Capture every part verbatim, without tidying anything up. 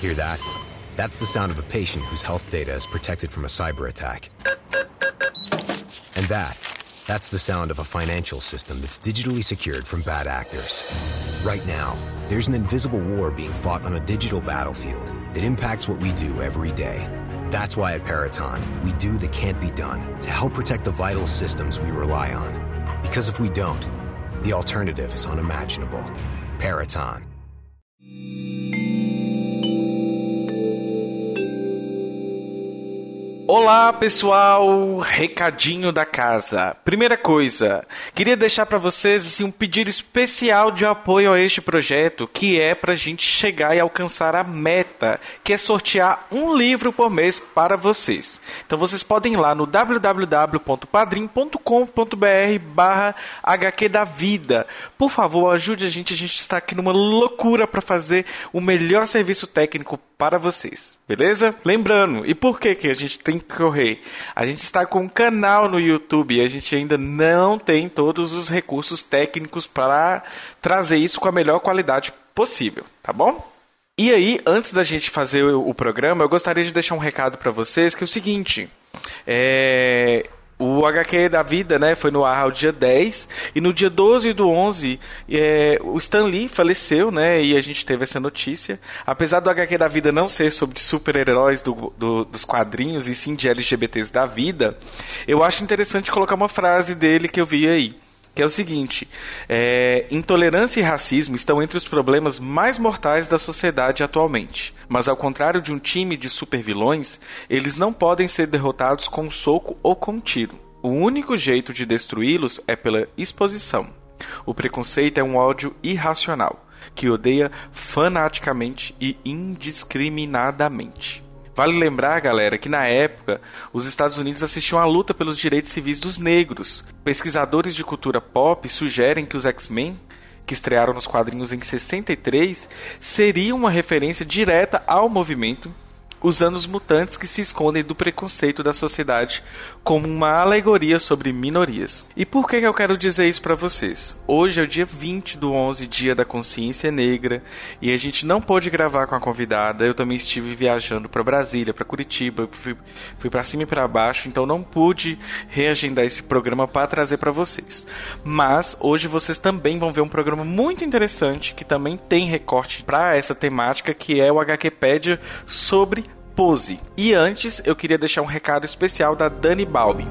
Hear that? That's the sound of a patient whose health data is protected from a cyber attack. And that, that's the sound of a financial system that's digitally secured from bad actors. Right now, there's an invisible war being fought on a digital battlefield that impacts what we do every day. That's why at Peraton, we do the can't be done to help protect the vital systems we rely on. Because if we don't, the alternative is unimaginable. Peraton. Olá pessoal, recadinho da casa. Primeira coisa, queria deixar para vocês assim, um pedido especial de apoio a este projeto, que é para a gente chegar e alcançar a meta, que é sortear um livro por mês para vocês. Então vocês podem ir lá no w w w ponto padrim ponto com ponto b r barra H Q da vida. Por favor, ajude a gente, a gente está aqui numa loucura para fazer o melhor serviço técnico para vocês, beleza? Lembrando, e por que que a gente tem que correr? A gente está com um canal no YouTube e a gente ainda não tem todos os recursos técnicos para trazer isso com a melhor qualidade possível, tá bom? E aí, antes da gente fazer o, o programa, eu gostaria de deixar um recado para vocês, que é o seguinte, é... o H Q da vida, né, foi no ar ao dia dez, e no dia doze do onze, é, o Stan Lee faleceu, né, e a gente teve essa notícia. Apesar do H Q da vida não ser sobre super-heróis do, do, dos quadrinhos, e sim de L G B T s da vida, eu acho interessante colocar uma frase dele que eu vi aí, que é o seguinte, é, intolerância e racismo estão entre os problemas mais mortais da sociedade atualmente, mas ao contrário de um time de supervilões, eles não podem ser derrotados com um soco ou com um tiro. O único jeito de destruí-los é pela exposição. O preconceito é um ódio irracional, que odeia fanaticamente e indiscriminadamente. Vale lembrar, galera, que na época, os Estados Unidos assistiam à luta pelos direitos civis dos negros. Pesquisadores de cultura pop sugerem que os X-Men, que estrearam nos quadrinhos em sessenta e três, seriam uma referência direta ao movimento, usando os mutantes que se escondem do preconceito da sociedade como uma alegoria sobre minorias. E por que eu quero dizer isso para vocês? Hoje é o dia vinte do onze, dia da consciência negra, e a gente não pôde gravar com a convidada. Eu também estive viajando para Brasília, para Curitiba, fui, fui para cima e para baixo, então não pude reagendar esse programa para trazer para vocês. Mas hoje vocês também vão ver um programa muito interessante, que também tem recorte para essa temática, que é o HQpedia sobre Pose. E antes, eu queria deixar um recado especial da Dani Balbi.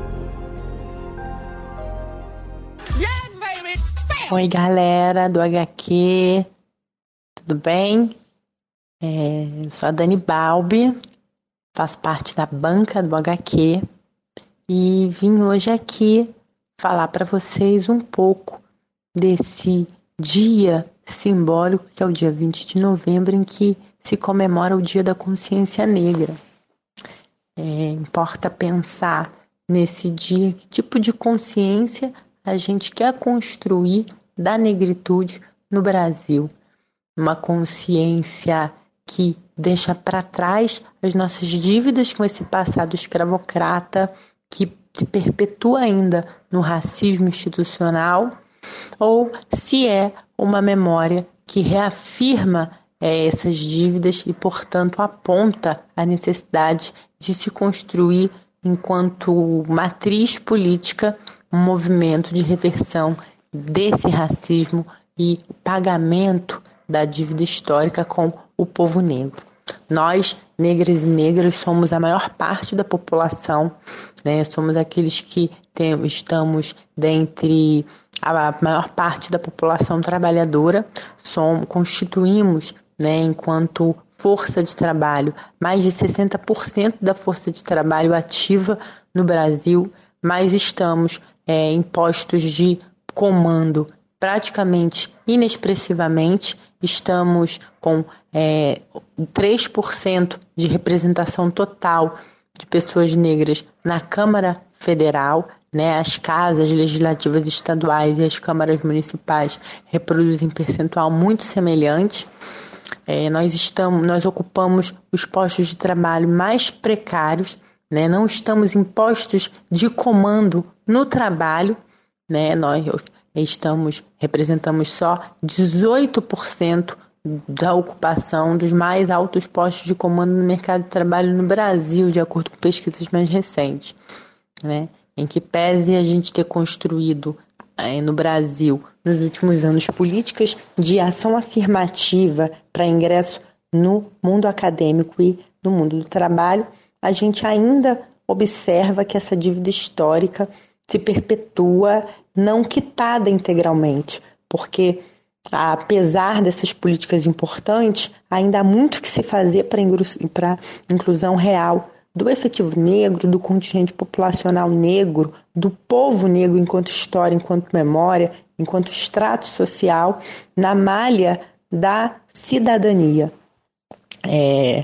Oi, galera do H Q, tudo bem? É, eu sou a Dani Balbi, faço parte da banca do H Q e vim hoje aqui falar para vocês um pouco desse dia simbólico que é o dia vinte de novembro, em que se comemora o Dia da Consciência Negra. É, importa pensar nesse dia que tipo de consciência a gente quer construir da negritude no Brasil. Uma consciência que deixa para trás as nossas dívidas com esse passado escravocrata que se perpetua ainda no racismo institucional, ou se é uma memória que reafirma É, essas dívidas e, portanto, aponta a necessidade de se construir, enquanto matriz política, um movimento de reversão desse racismo e pagamento da dívida histórica com o povo negro. Nós, negras e negros, somos a maior parte da população, né? Somos aqueles que tem, estamos dentre a maior parte da população trabalhadora, somos, constituímos, né, enquanto força de trabalho, mais de sessenta por cento da força de trabalho ativa no Brasil, mas estamos é, em postos de comando praticamente inexpressivamente, estamos com é, três por cento de representação total de pessoas negras na Câmara Federal, né? As casas legislativas estaduais e as câmaras municipais reproduzem percentual muito semelhante. É, nós, estamos, nós ocupamos os postos de trabalho mais precários, né? Não estamos em postos de comando no trabalho, né? Nós estamos, representamos só dezoito por cento da ocupação dos mais altos postos de comando no mercado de trabalho no Brasil, de acordo com pesquisas mais recentes, né? Em que pese a gente ter construído eh, no Brasil, nos últimos anos, políticas de ação afirmativa para ingresso no mundo acadêmico e no mundo do trabalho, a gente ainda observa que essa dívida histórica se perpetua não quitada integralmente, porque, apesar dessas políticas importantes, ainda há muito que se fazer para a inclusão real do efetivo negro, do contingente populacional negro, do povo negro enquanto história, enquanto memória, enquanto extrato social, na malha da cidadania. É...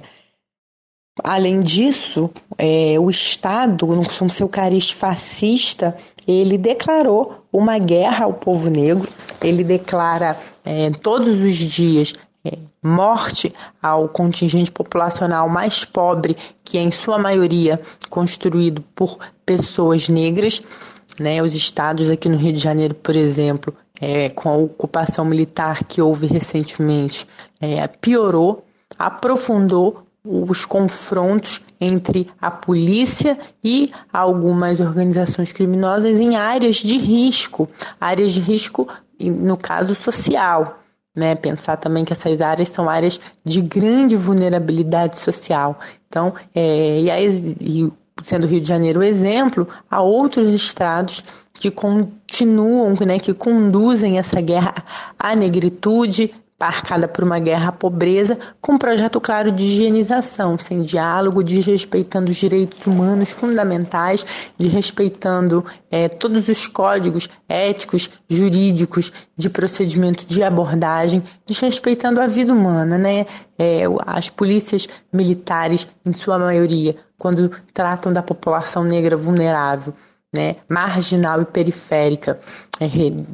Além disso, é, o Estado, no seu cariz fascista, ele declarou uma guerra ao povo negro, ele declara é, todos os dias é, morte ao contingente populacional mais pobre, que é em sua maioria construído por pessoas negras, né? Os estados aqui no Rio de Janeiro, por exemplo, é, com a ocupação militar que houve recentemente, é, piorou, aprofundou os confrontos entre a polícia e algumas organizações criminosas em áreas de risco, áreas de risco, no caso, social, né? Pensar também que essas áreas são áreas de grande vulnerabilidade social. Então, é, e, aí, e sendo o Rio de Janeiro o exemplo, há outros estados que continuam, né, que conduzem essa guerra à negritude, marcada por uma guerra à pobreza, com um projeto claro de higienização, sem diálogo, desrespeitando os direitos humanos fundamentais, desrespeitando é, todos os códigos éticos, jurídicos, de procedimento de abordagem, desrespeitando a vida humana, né? É, as polícias militares, em sua maioria, quando tratam da população negra vulnerável, né, marginal e periférica, é,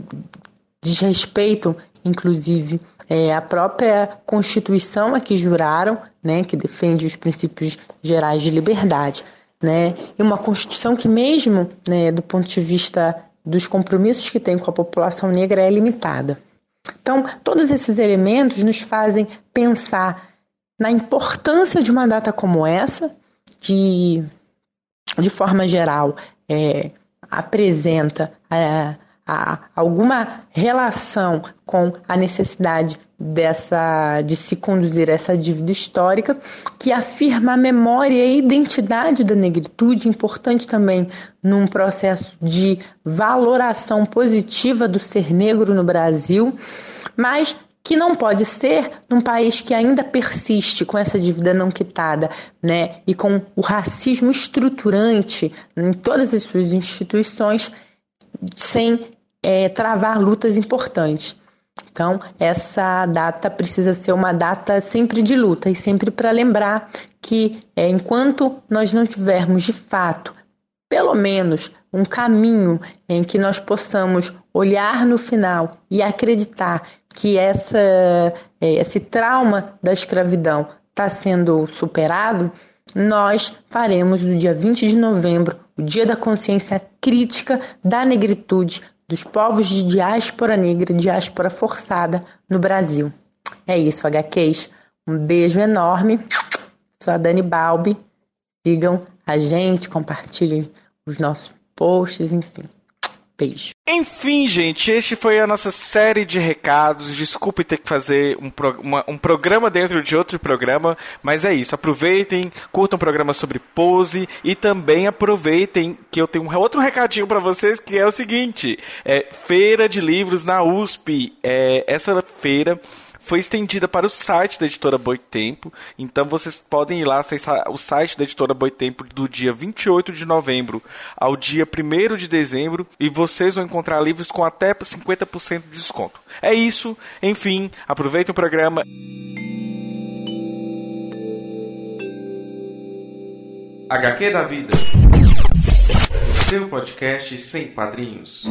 desrespeitam, inclusive, é, a própria Constituição a que juraram, né, que defende os princípios gerais de liberdade, né, e uma Constituição que mesmo, né, do ponto de vista dos compromissos que tem com a população negra, é limitada. Então, todos esses elementos nos fazem pensar na importância de uma data como essa, que, de forma geral, é, apresenta a Há alguma relação com a necessidade dessa, de se conduzir essa dívida histórica, que afirma a memória e a identidade da negritude, importante também num processo de valoração positiva do ser negro no Brasil, mas que não pode ser num país que ainda persiste com essa dívida não quitada, né, e com o racismo estruturante em todas as suas instituições, sem é, travar lutas importantes. Então, essa data precisa ser uma data sempre de luta e sempre para lembrar que, é, enquanto nós não tivermos, de fato, pelo menos um caminho em que nós possamos olhar no final e acreditar que essa, é, esse trauma da escravidão está sendo superado, nós faremos no dia vinte de novembro o Dia da Consciência Crítica da Negritude dos povos de diáspora negra e diáspora forçada no Brasil. É isso, agá quês. Um beijo enorme. Sou a Dani Balbi. Sigam a gente, compartilhem os nossos posts, enfim. Beijo. Enfim, gente, este foi a nossa série de recados. Desculpe ter que fazer um, pro, uma, um programa dentro de outro programa, mas é isso. Aproveitem, curtam o programa sobre pose e também aproveitem que eu tenho um outro recadinho para vocês, que é o seguinte: é, Feira de Livros na U S P. É, essa feira foi estendida para o site da Editora Boitempo, então vocês podem ir lá acessar o site da Editora Boitempo do dia vinte e oito de novembro ao dia primeiro de dezembro e vocês vão encontrar livros com até cinquenta por cento de desconto. É isso, enfim, aproveitem o programa. agá quê da Vida, seu podcast sem padrinhos.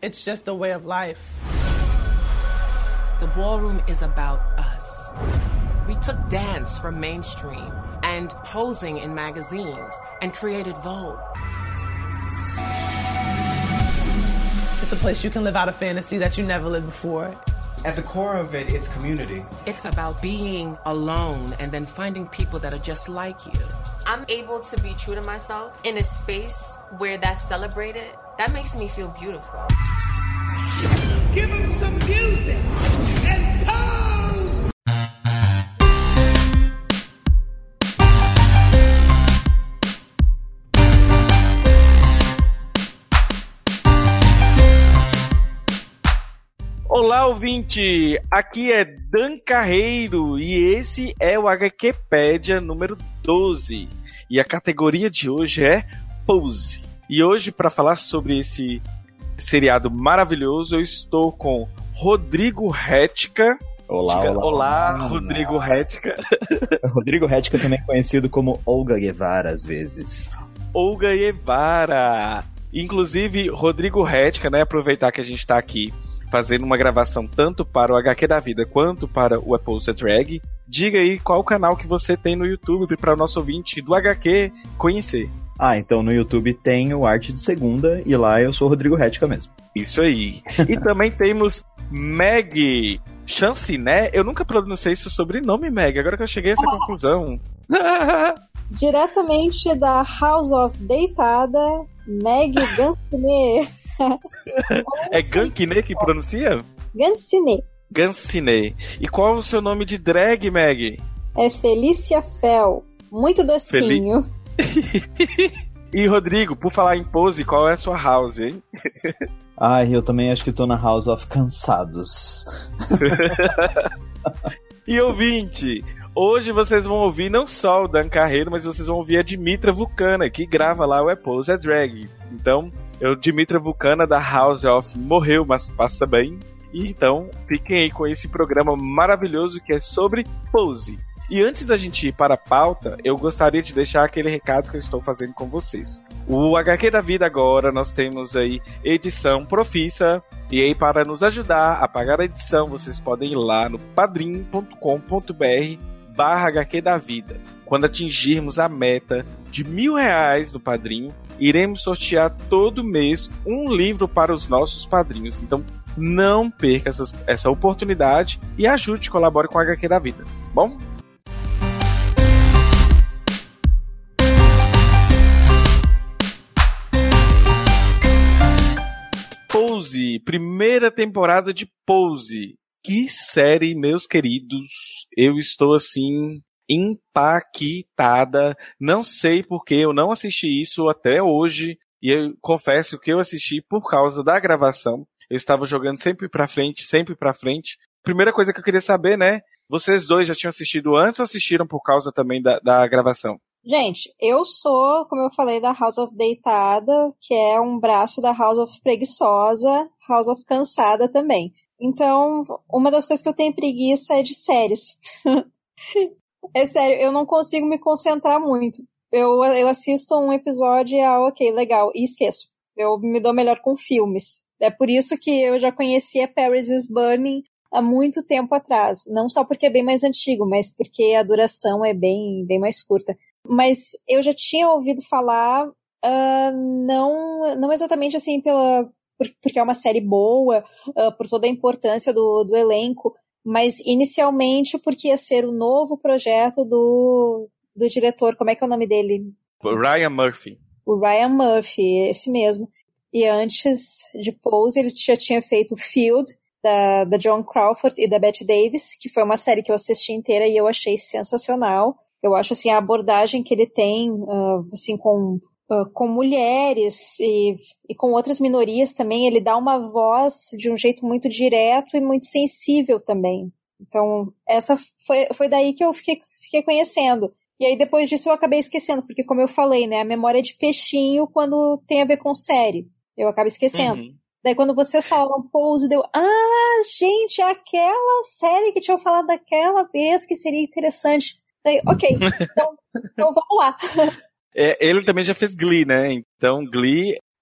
It's just a way of life. The ballroom is about us. We took dance from mainstream and posing in magazines and created Vogue. It's a place you can live out a fantasy that you never lived before. At the core of it, it's community. It's about being alone and then finding people that are just like you. I'm able to be true to myself in a space where that's celebrated. That makes me feel beautiful. Give them some music and pose! Olá, ouvinte! Aqui é Dan Carreiro e esse é o HQpedia número doze. E a categoria de hoje é Pose. E hoje, para falar sobre esse seriado maravilhoso, eu estou com Rodrigo Retica. Olá, Diga, olá, olá, olá, Rodrigo Retica. Rodrigo Retica, também conhecido como Olga Guevara, às vezes. Olga Guevara. Inclusive, Rodrigo Retica, né? Aproveitar que a gente está aqui fazendo uma gravação tanto para o H Q da Vida quanto para o Apple's Drag. Diga aí qual o canal que você tem no YouTube para o nosso ouvinte do H Q conhecer. Ah, então no YouTube tem o Arte de Segunda e lá eu sou Rodrigo Retica mesmo. Isso aí. E também temos Meg Chanciné. Eu nunca pronunciei seu sobrenome, Meg. Agora que eu cheguei a essa conclusão. Diretamente da House of Deitada, Meg Ganciné. É Ganciné que pronuncia? Ganciné. Ganciné. E qual é o seu nome de drag, Meg? É Felícia Fel. Muito docinho. Fel... E Rodrigo, por falar em pose, qual é a sua house, hein? Ai, eu também acho que tô na House of Cansados. E ouvinte, hoje vocês vão ouvir não só o Dan Carreiro, mas vocês vão ouvir a Dimitra Vulcana, que grava lá o Apple's Drag. Então, eu, Dimitra Vulcana da House of Morreu, mas passa bem. E então, fiquem aí com esse programa maravilhoso que é sobre pose. E antes da gente ir para a pauta, eu gostaria de deixar aquele recado que eu estou fazendo com vocês. O H Q da Vida agora, nós temos aí edição profissa, e aí para nos ajudar a pagar a edição, vocês podem ir lá no padrim ponto com ponto br barra H Q da Vida. Quando atingirmos a meta de mil reais no Padrim, iremos sortear todo mês um livro para os nossos padrinhos. Então, não perca essas, essa oportunidade e ajude, colabore com o H Q da Vida. Bom? Pose, primeira temporada de Pose. Que série, meus queridos. Eu estou assim impactada. Não sei porque eu não assisti isso até hoje. E eu confesso que eu assisti por causa da gravação. Eu estava jogando sempre pra frente, sempre pra frente. Primeira coisa que eu queria saber, né? Vocês dois já tinham assistido antes ou assistiram por causa também da, da gravação? Gente, eu sou, como eu falei, da House of Deitada, que é um braço da House of Preguiçosa, House of Cansada também. Então, uma das coisas que eu tenho preguiça é de séries. É sério, eu não consigo me concentrar muito. Eu, eu assisto um episódio e, ah, ok, legal, e esqueço. Eu me dou melhor com filmes. É por isso que eu já conhecia Paris is Burning há muito tempo atrás. Não só porque é bem mais antigo, mas porque a duração é bem, bem mais curta. Mas eu já tinha ouvido falar, uh, não, não exatamente assim pela, por, porque é uma série boa, uh, por toda a importância do, do elenco, mas inicialmente porque ia ser o novo projeto do, do diretor, como é que é o nome dele? Ryan Murphy. O Ryan Murphy, esse mesmo. E antes de Pose, ele já tinha feito Field, da, da Joan Crawford e da Bette Davis, que foi uma série que eu assisti inteira e eu achei sensacional. Eu acho assim, a abordagem que ele tem uh, assim, com, uh, com mulheres e, e com outras minorias também, ele dá uma voz de um jeito muito direto e muito sensível também. Então, essa foi, foi daí que eu fiquei, fiquei conhecendo. E aí, depois disso, eu acabei esquecendo, porque como eu falei, né, a memória é de peixinho quando tem a ver com série. Eu acabo esquecendo. Uhum. Daí, quando vocês falaram Pose, deu, ah, gente, é aquela série que tinham falado daquela vez que seria interessante. Daí, ok, então, então vamos lá. É, ele também já fez Glee, né? Então, Glee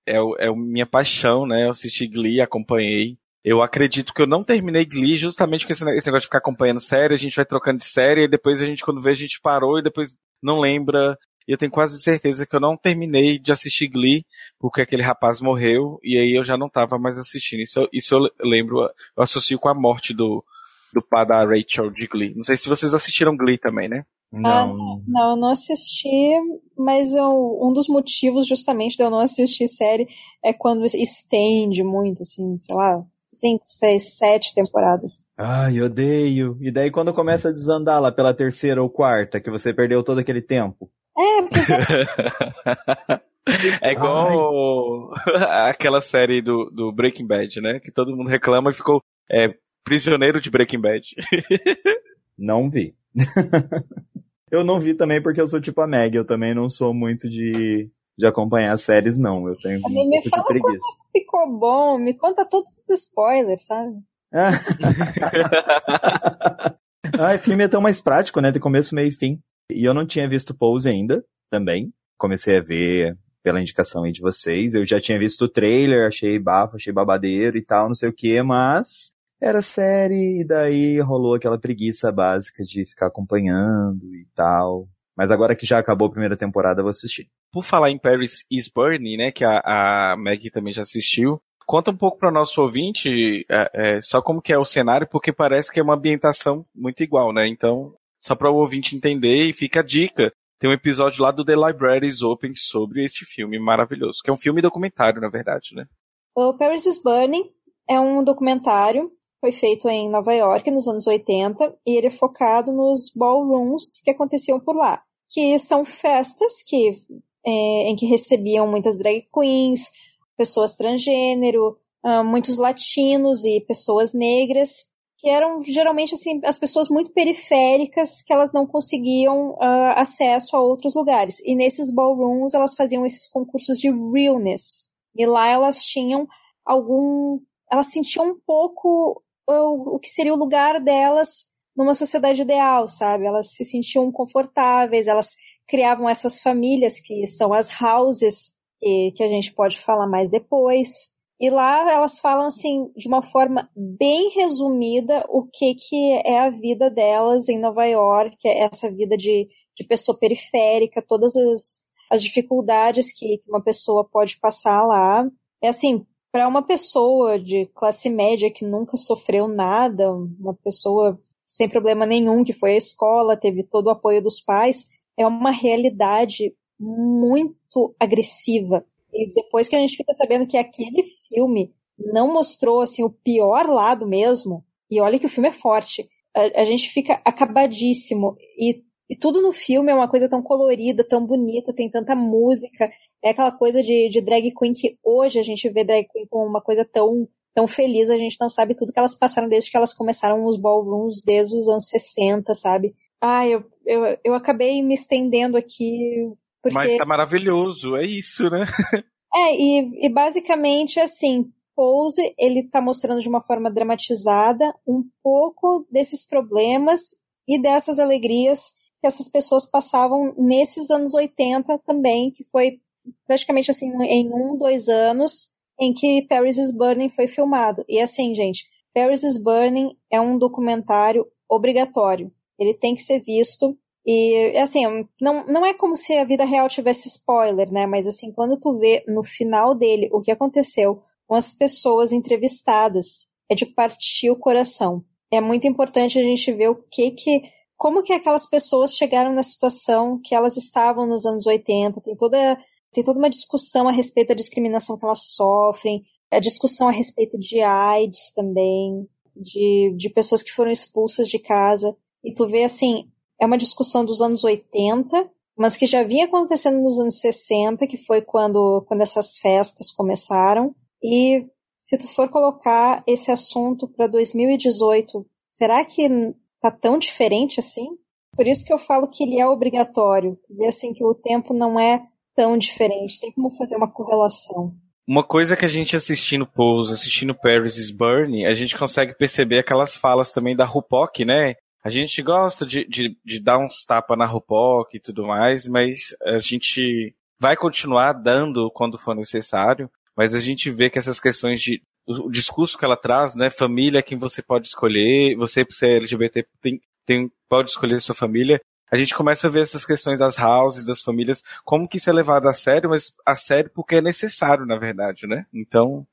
é, é a minha paixão, né? Eu assisti Glee, acompanhei. Eu acredito que eu não terminei Glee justamente com esse negócio de ficar acompanhando série, a gente vai trocando de série, e depois a gente, quando vê, a gente parou e depois não lembra. E eu tenho quase certeza que eu não terminei de assistir Glee, porque aquele rapaz morreu, e aí eu já não tava mais assistindo. Isso, eu- isso eu lembro, eu associo com a morte do, do pai da Rachel de Glee. Não sei se vocês assistiram Glee também, né? Ah, não, eu não assisti, mas eu- um dos motivos justamente de eu não assistir série é quando estende muito, assim, sei lá, cinco, seis, sete temporadas. Ai, odeio. E daí quando começa a desandar lá pela terceira ou quarta, que você perdeu todo aquele tempo? É, pois é. É igual aquela série do, do Breaking Bad, né? Que todo mundo reclama e ficou é, prisioneiro de Breaking Bad. Não vi. Eu não vi também porque eu sou tipo a Meg, eu também não sou muito de, de acompanhar séries, não. Eu tenho um Me, me pouco fala de preguiça. quando ficou bom, me conta todos os spoilers, sabe? Ah, filme é tão mais prático, né? De começo, meio e fim. E eu não tinha visto Pose ainda, também. Comecei a ver pela indicação aí de vocês. Eu já tinha visto o trailer, achei bafo, achei babadeiro e tal, não sei o que, mas era série e daí rolou aquela preguiça básica de ficar acompanhando e tal. Mas agora que já acabou a primeira temporada, eu vou assistir. Por falar em Paris is Burning, né? Que a, a Maggie também já assistiu. Conta um pouco para o nosso ouvinte é, é, só como que é o cenário, porque parece que é uma ambientação muito igual, né? Então, só para o ouvinte entender, e fica a dica. Tem um episódio lá do The Library is Open sobre este filme maravilhoso, que é um filme documentário, na verdade, né? O Paris is Burning é um documentário, foi feito em Nova York nos anos oitenta, e ele é focado nos ballrooms que aconteciam por lá, que são festas que, é, em que recebiam muitas drag queens, pessoas transgênero, uh, muitos latinos e pessoas negras, que eram geralmente assim as pessoas muito periféricas que elas não conseguiam uh, acesso a outros lugares. E nesses ballrooms elas faziam esses concursos de realness. E lá elas tinham algum... Elas sentiam um pouco o, o que seria o lugar delas numa sociedade ideal, sabe? Elas se sentiam confortáveis, elas criavam essas famílias que são as houses, que, que a gente pode falar mais depois. E lá elas falam, assim, de uma forma bem resumida o que, que é a vida delas em Nova York, essa vida de, de pessoa periférica, todas as, as dificuldades que, que uma pessoa pode passar lá. É assim, para uma pessoa de classe média que nunca sofreu nada, uma pessoa sem problema nenhum, que foi à escola, teve todo o apoio dos pais, é uma realidade muito agressiva. E depois que a gente fica sabendo que aquele filme não mostrou assim, o pior lado mesmo, e olha que o filme é forte, a, a gente fica acabadíssimo. E, e tudo no filme é uma coisa tão colorida, tão bonita, tem tanta música. É aquela coisa de, de drag queen que hoje a gente vê drag queen como uma coisa tão, tão feliz, a gente não sabe tudo que elas passaram desde que elas começaram os ballrooms desde os anos sessenta, sabe? Ah, eu, eu, eu acabei me estendendo aqui... Porque... Mas tá maravilhoso, é isso, né? É, e, e basicamente, assim, Pose, ele tá mostrando de uma forma dramatizada um pouco desses problemas e dessas alegrias que essas pessoas passavam nesses anos oitenta também, que foi praticamente, assim, em um, dois anos em que Paris is Burning foi filmado. E assim, gente, Paris is Burning é um documentário obrigatório. Ele tem que ser visto. E, assim, não, não é como se a vida real tivesse spoiler, né? Mas, assim, quando tu vê no final dele o que aconteceu com as pessoas entrevistadas, é de partir o coração. É muito importante a gente ver o que que... Como que aquelas pessoas chegaram na situação que elas estavam nos anos oitenta. Tem toda, tem toda uma discussão a respeito da discriminação que elas sofrem, a discussão a respeito de AIDS também, de, de pessoas que foram expulsas de casa. E tu vê, assim... É uma discussão dos anos oitenta, mas que já vinha acontecendo nos anos sessenta, que foi quando, quando essas festas começaram. E se tu for colocar esse assunto para dois mil e dezoito, será que tá tão diferente assim? Por isso que eu falo que ele é obrigatório. Tu vê assim que o tempo não é tão diferente. Tem como fazer uma correlação. Uma coisa que a gente assistindo Pose, assistindo Paris is Burning, a gente consegue perceber aquelas falas também da RuPaul, né? A gente gosta de, de, de dar uns tapas na RuPaul e tudo mais, mas a gente vai continuar dando quando for necessário, mas a gente vê que essas questões de o discurso que ela traz, né, família é quem você pode escolher, você por ser L G B T tem, tem, pode escolher sua família, a gente começa a ver essas questões das houses, das famílias, como que isso é levado a sério, mas a sério porque é necessário, na verdade, né? Então,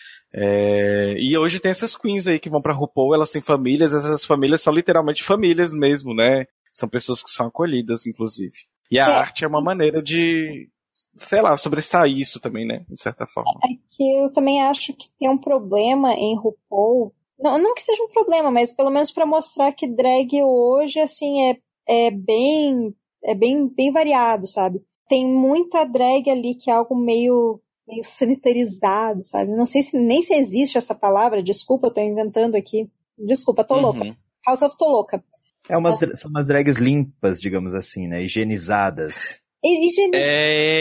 é... e hoje tem essas queens aí que vão pra RuPaul, elas têm famílias, essas famílias são literalmente famílias mesmo, né? São pessoas que são acolhidas, inclusive. E a é. arte é uma maneira de, sei lá, sobressair isso também, né? De certa forma. É que eu também acho que tem um problema em RuPaul, não, não que seja um problema, mas pelo menos pra mostrar que drag hoje, assim, é é bem, é bem, bem variado, sabe? Tem muita drag ali que é algo meio, meio sanitarizado, sabe? Não sei se nem se existe essa palavra, desculpa, eu tô inventando aqui. Desculpa, tô uhum. louca. House of tô louca. É umas, são umas drags limpas, digamos assim, né? Higienizadas. Higienizadas.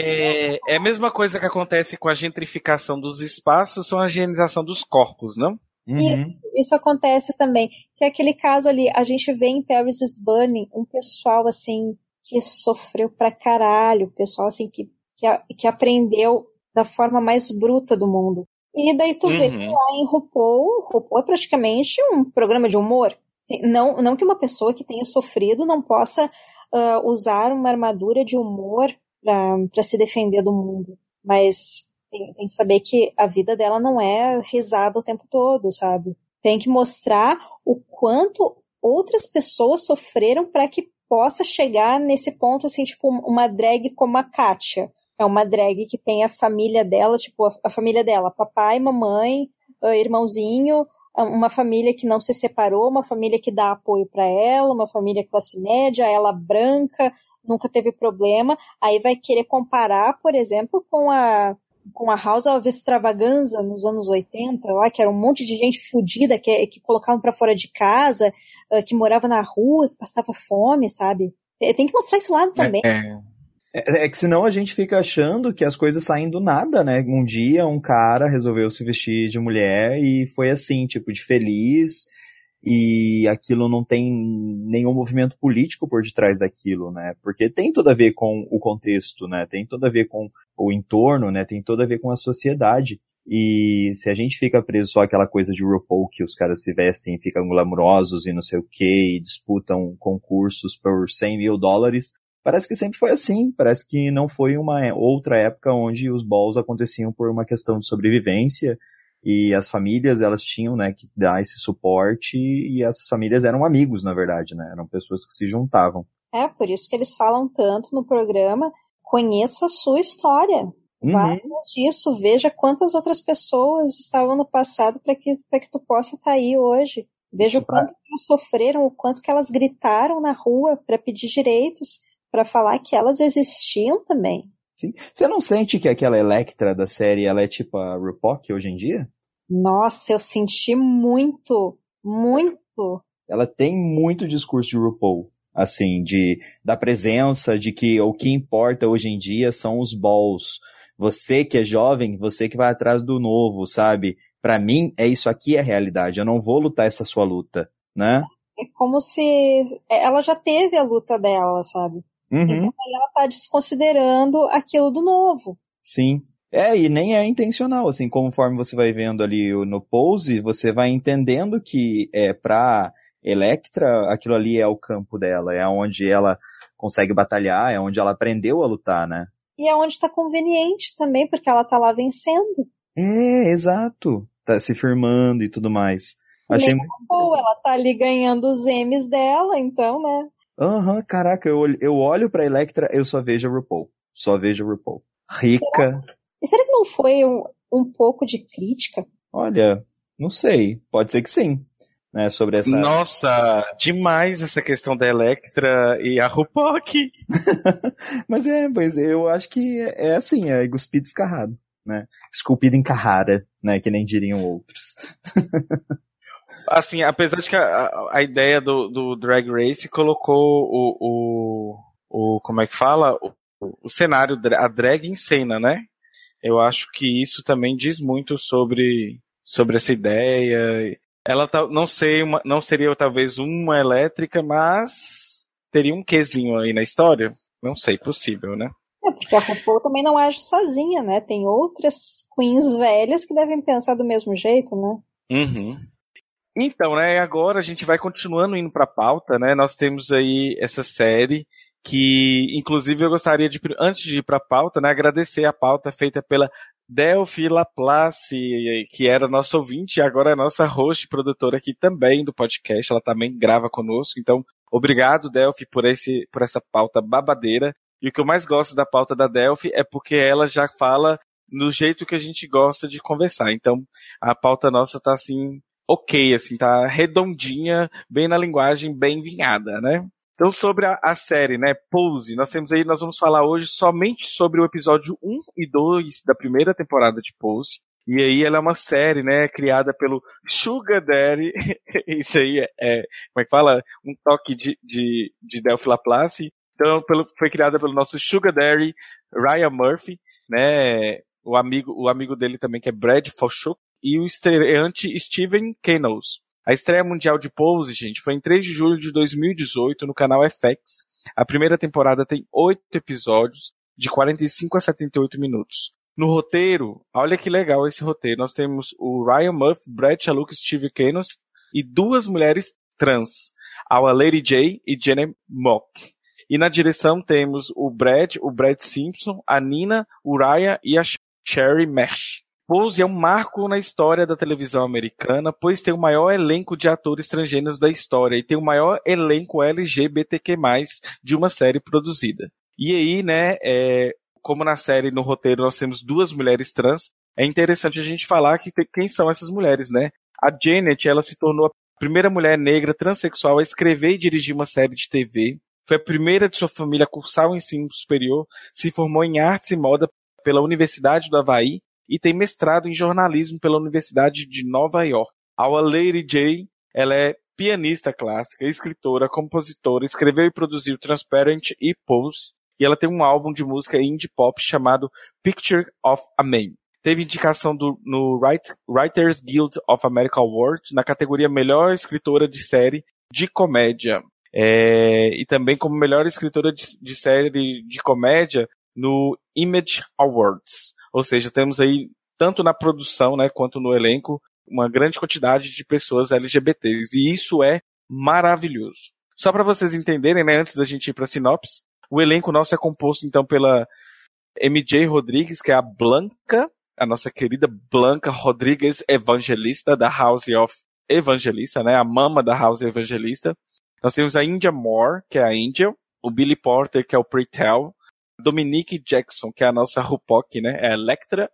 É, é a mesma coisa que acontece com a gentrificação dos espaços, são a higienização dos corpos, não? Uhum. Isso, isso acontece também, que é aquele caso ali, a gente vê em Paris is Burning um pessoal assim que sofreu pra caralho, pessoal assim que, que, que aprendeu da forma mais bruta do mundo, e daí tu uhum. vê que lá em RuPaul, RuPaul é praticamente um programa de humor, assim, não, não que uma pessoa que tenha sofrido não possa uh, usar uma armadura de humor pra, pra se defender do mundo, mas Tem, tem que saber que a vida dela não é risada o tempo todo, sabe? Tem que mostrar o quanto outras pessoas sofreram para que possa chegar nesse ponto, assim, tipo, uma drag como a Kátia. É uma drag que tem a família dela, tipo, a, a família dela, papai, mamãe, irmãozinho, uma família que não se separou, uma família que dá apoio para ela, uma família classe média, ela branca, nunca teve problema. Aí vai querer comparar, por exemplo, com a com a House of Extravaganza nos anos oitenta, lá, que era um monte de gente fodida, que, que colocavam pra fora de casa, uh, que morava na rua, que passava fome, sabe? Tem que mostrar esse lado também. É, é, é que senão a gente fica achando que as coisas saem do nada, né? Um dia um cara resolveu se vestir de mulher e foi assim, tipo, de feliz, e aquilo não tem nenhum movimento político por detrás daquilo, né? Porque tem tudo a ver com o contexto, né? Tem tudo a ver com o entorno, né? Tem tudo a ver com a sociedade. E se a gente fica preso só àquela coisa de RuPaul, que os caras se vestem e ficam glamurosos e não sei o quê, e disputam concursos por cem mil dólares, parece que sempre foi assim. Parece que não foi uma outra época onde os balls aconteciam por uma questão de sobrevivência, e as famílias, elas tinham, né, que dar esse suporte, e essas famílias eram amigos, na verdade, né, eram pessoas que se juntavam. É, por isso que eles falam tanto no programa, conheça a sua história, uhum. vá atrás disso, veja quantas outras pessoas estavam no passado para que, para que tu possa estar aí hoje, veja o quanto que elas sofreram, o quanto que elas gritaram na rua para pedir direitos, para falar que elas existiam também. Sim. Você não sente que aquela Electra da série, ela é tipo a RuPaul hoje em dia? Nossa, eu senti muito, muito. Ela tem muito discurso de RuPaul, assim, de, da presença, de que o que importa hoje em dia são os balls. Você que é jovem, você que vai atrás do novo, sabe? Pra mim, é isso aqui a realidade, eu não vou lutar essa sua luta, né? É como se ela já teve a luta dela, sabe? Uhum. Então aí ela tá desconsiderando aquilo do novo. Sim. É, e nem é intencional, assim, conforme você vai vendo ali no Pose, você vai entendendo que é pra Electra, aquilo ali é o campo dela, é onde ela consegue batalhar, é onde ela aprendeu a lutar, né? E é onde tá conveniente também, porque ela tá lá vencendo. É, exato. Tá se firmando e tudo mais. Achei muito boa, ela tá ali ganhando os Emmys dela, então, né? Aham, uhum, caraca, eu, eu olho pra Electra, eu só vejo a RuPaul. Só vejo a RuPaul. Rica. Será? E será que não foi um, um pouco de crítica? Olha, não sei. Pode ser que sim. Né, sobre essa... Nossa, demais essa questão da Electra e a RuPaul aqui. Mas é, pois eu acho que é, é assim, é cuspido escarrado, né? Esculpido em Carrara, né? Que nem diriam outros. Assim, apesar de que a, a ideia do, do Drag Race colocou o, o, o como é que fala? O, o cenário, a drag em cena, né? Eu acho que isso também diz muito sobre, sobre essa ideia. Ela não, sei, uma, não seria talvez uma elétrica, mas teria um quezinho aí na história? Não sei, possível, né? É, porque a RuPaul também não age sozinha, né? Tem outras queens velhas que devem pensar do mesmo jeito, né? Uhum. Então, né, agora a gente vai continuando indo pra pauta, né? Nós temos aí essa série que, inclusive, eu gostaria de, antes de ir pra pauta, né, agradecer a pauta feita pela Delphi Laplace, que era nossa ouvinte e agora é nossa host produtora aqui também do podcast. Ela também grava conosco. Então, obrigado, Delphi, por, esse, por essa pauta babadeira. E o que eu mais gosto da pauta da Delphi é porque ela já fala no jeito que a gente gosta de conversar. Então, a pauta nossa tá assim, ok, assim, tá redondinha, bem na linguagem, bem vinhada, né? Então, sobre a, a série, né, Pose, nós temos aí, nós vamos falar hoje somente sobre o episódio um e dois da primeira temporada de Pose. E aí ela é uma série, né, criada pelo Sugar Daddy, isso aí é, é, como é que fala? Um toque de, de, de Delphi Laplace. Então, pelo, foi criada pelo nosso Sugar Daddy, Ryan Murphy, né, o amigo, o amigo dele também, que é Brad Falchuk, e o estreante Steven Kanows. A estreia mundial de Pose, gente, foi em três de julho de dois mil e dezoito no canal F X. A primeira temporada tem oito episódios, de quarenta e cinco a setenta e oito minutos. No roteiro, olha que legal esse roteiro, nós temos o Ryan Murphy, Brad Falchuk, Steven Kanows e duas mulheres trans, a Lady J e Jenny Mock. E na direção temos o Brad, o Brad Simpson, a Nina, o Ryan e a Sherry Mesh. Pose é um marco na história da televisão americana, pois tem o maior elenco de atores transgêneros da história e tem o maior elenco L G B T Q mais, de uma série produzida. E aí, né, é, como na série, no roteiro, nós temos duas mulheres trans, é interessante a gente falar que tem, quem são essas mulheres, né? A Janet, ela se tornou a primeira mulher negra transexual a escrever e dirigir uma série de T V. Foi a primeira de sua família a cursar o ensino superior, se formou em artes e moda pela Universidade do Havaí e tem mestrado em jornalismo pela Universidade de Nova York. A Lady J, ela é pianista clássica, escritora, compositora, escreveu e produziu Transparent e Pose, e ela tem um álbum de música indie pop chamado Picture of a Man. Teve indicação do, no Writers Guild of America Award na categoria Melhor Escritora de Série de Comédia. É, e também como melhor escritora de, de série de comédia no Image Awards. Ou seja, temos aí, tanto na produção, né, quanto no elenco, uma grande quantidade de pessoas L G B Ts. E isso é maravilhoso. Só para vocês entenderem, né, antes da gente ir para a sinopse, o elenco nosso é composto, então, pela M J Rodrigues, que é a Blanca, a nossa querida Blanca Rodrigues Evangelista, da House of Evangelista, né, a mama da House Evangelista. Nós temos a India Moore, que é a Angel, o Billy Porter, que é o Pretel, Dominique Jackson, que é a nossa RuPoc, né, é a Electra,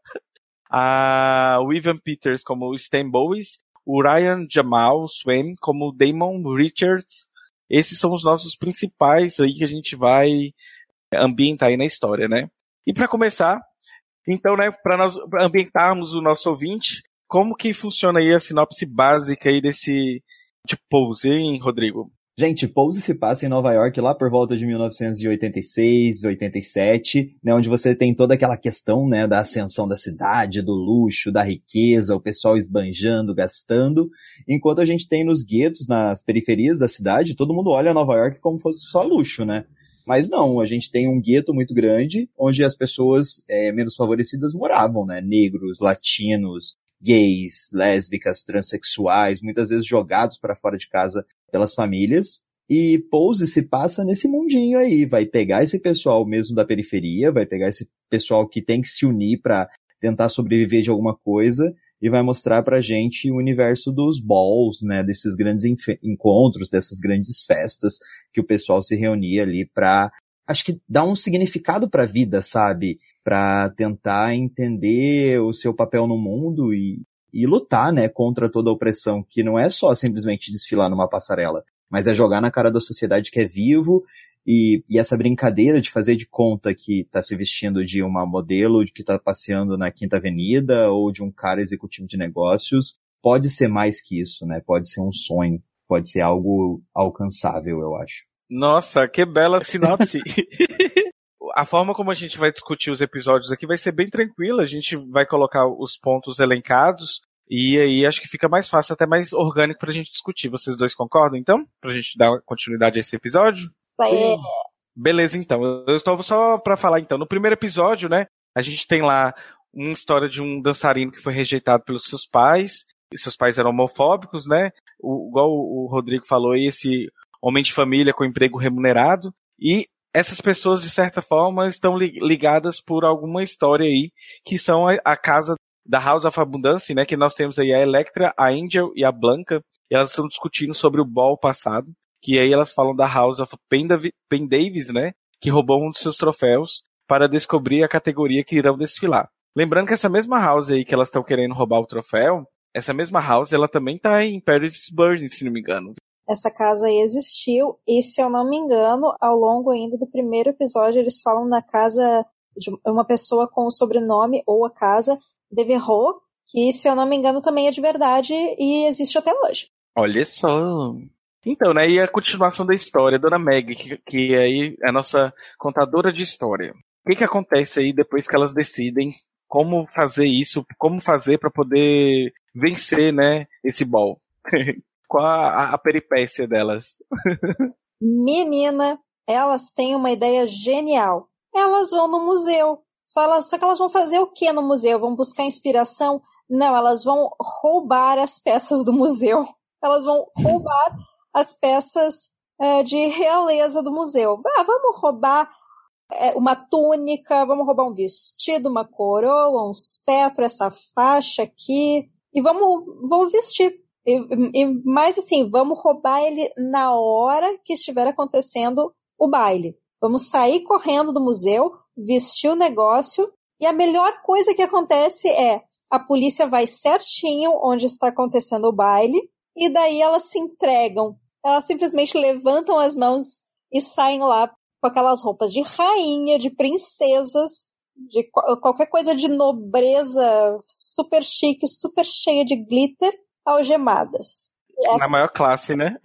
a Vivian Peters como o Stan Bowes, o Ryan Jamal Swain como o Damon Richards. Esses são os nossos principais aí que a gente vai ambientar aí na história, né. E para começar, então, né, para nós ambientarmos o nosso ouvinte, como que funciona aí a sinopse básica aí desse de Pose, hein, Rodrigo? Gente, Pose se passa em Nova York lá por volta de mil novecentos e oitenta e seis, oitenta e sete, né, onde você tem toda aquela questão, né, da ascensão da cidade, do luxo, da riqueza, o pessoal esbanjando, gastando, enquanto a gente tem nos guetos, nas periferias da cidade, todo mundo olha Nova York como fosse só luxo, né? Mas não, a gente tem um gueto muito grande, onde as pessoas é, menos favorecidas moravam, né? Negros, latinos, gays, lésbicas, transexuais, muitas vezes jogados para fora de casa pelas famílias, e Pose se passa nesse mundinho aí, vai pegar esse pessoal mesmo da periferia, vai pegar esse pessoal que tem que se unir para tentar sobreviver de alguma coisa, e vai mostrar pra gente o universo dos balls, né, desses grandes encontros, dessas grandes festas, que o pessoal se reunia ali pra, acho que dar um significado pra vida, sabe? Pra tentar entender o seu papel no mundo e, e lutar, né, contra toda a opressão, que não é só simplesmente desfilar numa passarela, mas é jogar na cara da sociedade que é vivo, e, e essa brincadeira de fazer de conta que tá se vestindo de uma modelo, de que tá passeando na Quinta Avenida, ou de um cara executivo de negócios, pode ser mais que isso, né, pode ser um sonho, pode ser algo alcançável, eu acho. Nossa, que bela sinopse! A forma como a gente vai discutir os episódios aqui vai ser bem tranquila, a gente vai colocar os pontos elencados e aí acho que fica mais fácil, até mais orgânico pra gente discutir. Vocês dois concordam, então? Pra gente dar continuidade a esse episódio? É, Beleza, então. Eu estou só pra falar, então. No primeiro episódio, né, a gente tem lá uma história de um dançarino que foi rejeitado pelos seus pais. E seus pais eram homofóbicos, né? O, igual o Rodrigo falou, esse homem de família com emprego remunerado. E essas pessoas, de certa forma, estão ligadas por alguma história aí, que são a, a casa da House of Abundance, né? Que nós temos aí a Electra, a Angel e a Blanca. E elas estão discutindo sobre o ball passado. Que aí elas falam da House of Pen Davis, né? Que roubou um dos seus troféus para descobrir a categoria que irão desfilar. Lembrando que essa mesma House aí que elas estão querendo roubar o troféu, essa mesma House, ela também tá em Paris Burden, se não me engano. Essa casa aí existiu, e se eu não me engano, ao longo ainda do primeiro episódio, eles falam na casa de uma pessoa com o sobrenome, ou a casa, Devereux, que se eu não me engano também é de verdade e existe até hoje. Olha só. Então, né, e a continuação da história, Dona Meg, que, que aí é a nossa contadora de história. O que que acontece aí depois que elas decidem como fazer isso, como fazer para poder vencer, né, esse ball? Qual a, a peripécia delas? Menina, elas têm uma ideia genial. Elas vão no museu. Só, elas, só que elas vão fazer o que no museu? Vão buscar inspiração? Não, elas vão roubar as peças do museu. Elas vão roubar as peças é, de realeza do museu. Ah, vamos roubar é, uma túnica, vamos roubar um vestido, uma coroa, um cetro, essa faixa aqui, e vamos, vamos vestir. E, e, mas assim, vamos roubar ele na hora que estiver acontecendo o baile. Vamos sair correndo do museu, vestir o negócio, e a melhor coisa que acontece é a polícia vai certinho onde está acontecendo o baile, e daí elas se entregam. Elas simplesmente levantam as mãos e saem lá com aquelas roupas de rainha, de princesas, de qualquer coisa de nobreza super chique, super cheia de glitter, algemadas. Essa... Na maior classe, né?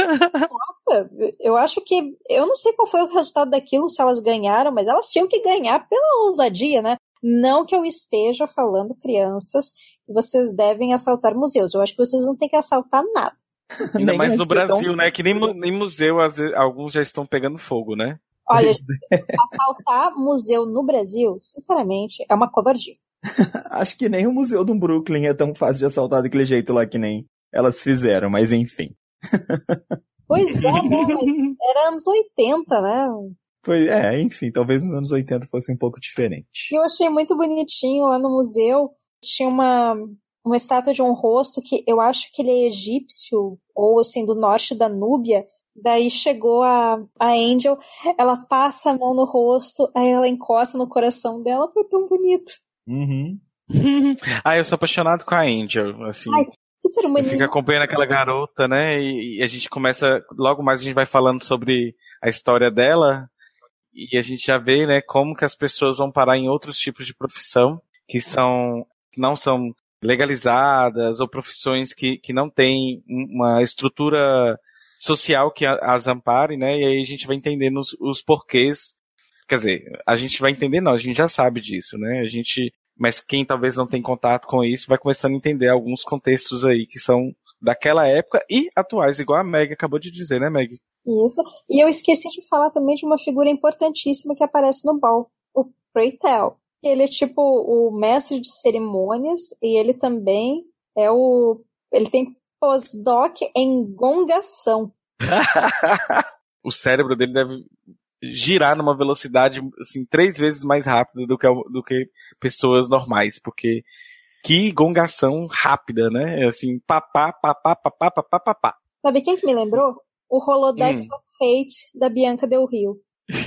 Nossa, eu acho que... Eu não sei qual foi o resultado daquilo, se elas ganharam, mas elas tinham que ganhar pela ousadia, né? Não que eu esteja falando, crianças, que vocês devem assaltar museus. Eu acho que vocês não têm que assaltar nada. Ainda mais no Brasil, tão... né? Que nem, nem museu, às vezes, alguns já estão pegando fogo, né? Olha, assaltar museu no Brasil, sinceramente, é uma covardia. Acho que nem o museu do Brooklyn é tão fácil de assaltar daquele jeito lá que nem elas fizeram, mas enfim. Pois é, né? Mas era anos oitenta, né? Pois é, enfim, talvez nos anos oitenta fosse um pouco diferente. Eu achei muito bonitinho lá no museu. Tinha uma, uma estátua de um rosto que eu acho que ele é egípcio, ou assim, do norte da Núbia. Daí chegou a, a Angel, ela passa a mão no rosto, aí ela encosta no coração dela, foi tão bonito. Uhum. Ah, eu sou apaixonado com a Angel, assim. Ai, que ser humano. Fica acompanhando aquela garota, né, e, e a gente começa, logo mais a gente vai falando sobre a história dela, e a gente já vê, né, como que as pessoas vão parar em outros tipos de profissão, que são, que não são legalizadas, ou profissões que, que não têm uma estrutura social que as ampare, né, e aí a gente vai entendendo os, os porquês, quer dizer, a gente vai entender não, a gente já sabe disso, né, a gente, mas quem talvez não tem contato com isso, vai começando a entender alguns contextos aí que são daquela época e atuais, igual a Meg acabou de dizer, né, Meg? Isso, e eu esqueci de falar também de uma figura importantíssima que aparece no ball, o Pray Tell. Ele é tipo o mestre de cerimônias e ele também é o, ele tem pós-doc em gongação. O cérebro dele deve girar numa velocidade assim, três vezes mais rápida do que, do que pessoas normais, porque que gongação rápida, né? Assim, papá, papá, papá, papá, papá. Sabe quem que me lembrou? O Holodex hum. of Fate da Bianca Del Rio.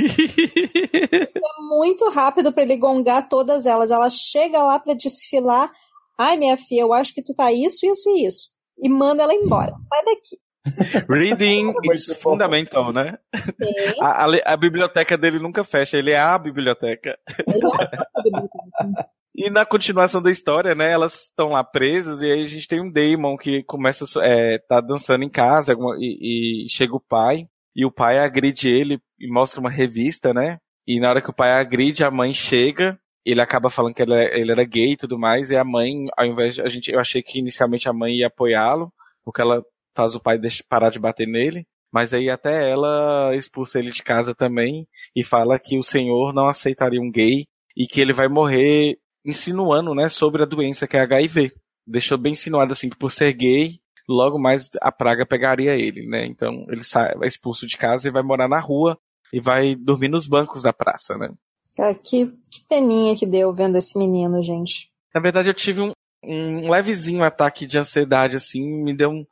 É muito rápido pra ele gongar todas elas. Ela chega lá pra desfilar. Ai, minha filha, eu acho que tu tá isso, isso e isso. E manda ela embora. Sai daqui. Reading is fundamental, né? A, a, a biblioteca dele nunca fecha, ele é a biblioteca. Ele é a biblioteca. E na continuação da história, né, elas estão lá presas, e aí a gente tem um Damon que começa a é, tá dançando em casa, e, e chega o pai, e o pai agride ele e mostra uma revista, né, e na hora que o pai agride, a mãe chega, ele acaba falando que ele, ele era gay e tudo mais, e a mãe, ao invés de, a gente, eu achei que inicialmente a mãe ia apoiá-lo, porque ela faz o pai deixar, parar de bater nele, Mas aí até ela expulsa ele de casa também e fala que o senhor não aceitaria um gay e que ele vai morrer insinuando, né, sobre a doença que é H I V. Deixou bem insinuado assim que por ser gay, logo mais a praga pegaria ele, né? Então ele sai, vai expulso de casa e vai morar na rua e vai dormir nos bancos da praça, né? Cara, que, que peninha que deu vendo esse menino, gente. Na verdade eu tive um, um levezinho ataque de ansiedade, assim, me deu um,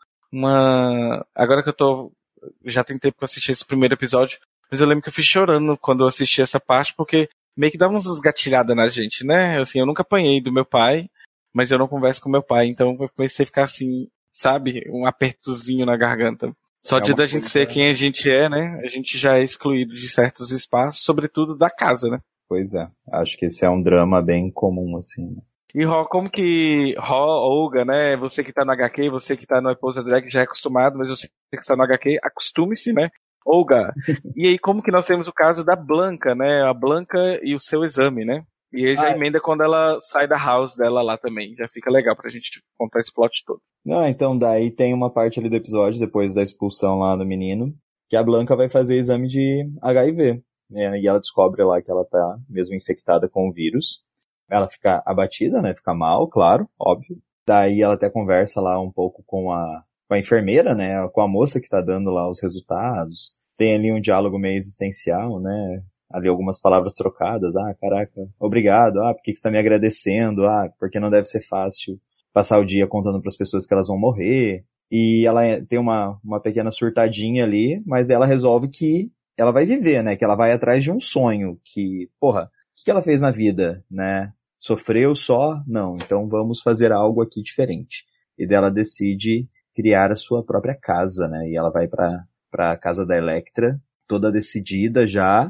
uma... Agora que eu tô... Já tem tempo que eu assisti esse primeiro episódio, mas eu lembro que eu fui chorando quando eu assisti essa parte, porque meio que dava umas gatilhadas na gente, né? Assim, eu nunca apanhei do meu pai, mas eu não converso com meu pai, então eu comecei a ficar assim, sabe? Um apertozinho na garganta. Só é de da gente coisa... ser quem a gente é, né? A gente já é excluído de certos espaços, sobretudo da casa, né? Pois é, acho que esse é um drama bem comum, assim, né? E Ró, como que Ró, Olga, né? Você que tá no H Q, você que tá no Opposed Drag já é acostumado, mas você que está no H Q, acostume-se, né? Olga, e aí como que nós temos o caso da Blanca, né? A Blanca e o seu exame, né? E aí já ah, emenda quando ela sai da house dela lá também. Já fica legal pra gente contar esse plot todo. Não, então daí tem uma parte ali do episódio, depois da expulsão lá do menino, que a Blanca vai fazer exame de H I V, né? E ela descobre lá que ela tá mesmo infectada com o vírus. Ela fica abatida, né? Fica mal, claro, óbvio. Daí ela até conversa lá um pouco com a, com a enfermeira, né? Com a moça que tá dando lá os resultados. Tem ali um diálogo meio existencial, né? Ali algumas palavras trocadas. Ah, caraca, obrigado. Ah, por que, que você tá me agradecendo? Ah, porque não deve ser fácil passar o dia contando pras pessoas que elas vão morrer. E ela tem uma, uma pequena surtadinha ali, mas ela resolve que ela vai viver, né? Que ela vai atrás de um sonho. Que, porra, o que ela fez na vida, né? Sofreu só? Não, então vamos fazer algo aqui diferente. E dela decide criar a sua própria casa, né? E ela vai pra, pra casa da Electra, toda decidida já,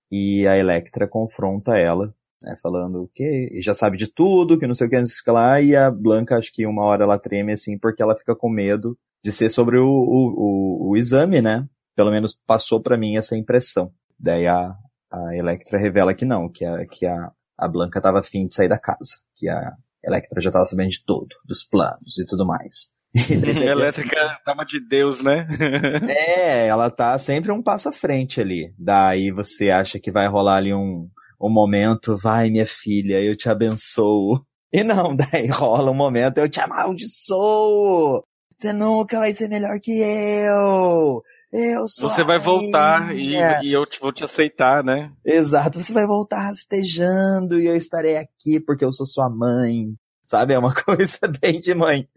e a Electra confronta ela, né? Falando que já sabe de tudo, que não sei o que, não sei o que lá, e a Blanca, acho que uma hora ela treme assim, porque ela fica com medo de ser sobre o, o, o, o exame, né? Pelo menos passou pra mim essa impressão. Daí a, a Electra revela que não, que a, que a A Blanca tava afim de sair da casa, que a Electra já tava sabendo de tudo, dos planos e tudo mais. A Elétrica assim, tava de Deus, né? É, ela tá sempre um passo à frente ali. Daí você acha que vai rolar ali um, um momento, vai minha filha, eu te abençoo. E não, daí rola um momento, eu te amaldiçoo. Você nunca vai ser melhor que eu. Eu sou Você vai voltar e, e eu te, vou te aceitar, né? Exato, você vai voltar rastejando e eu estarei aqui porque eu sou sua mãe. Sabe, é uma coisa bem de mãe.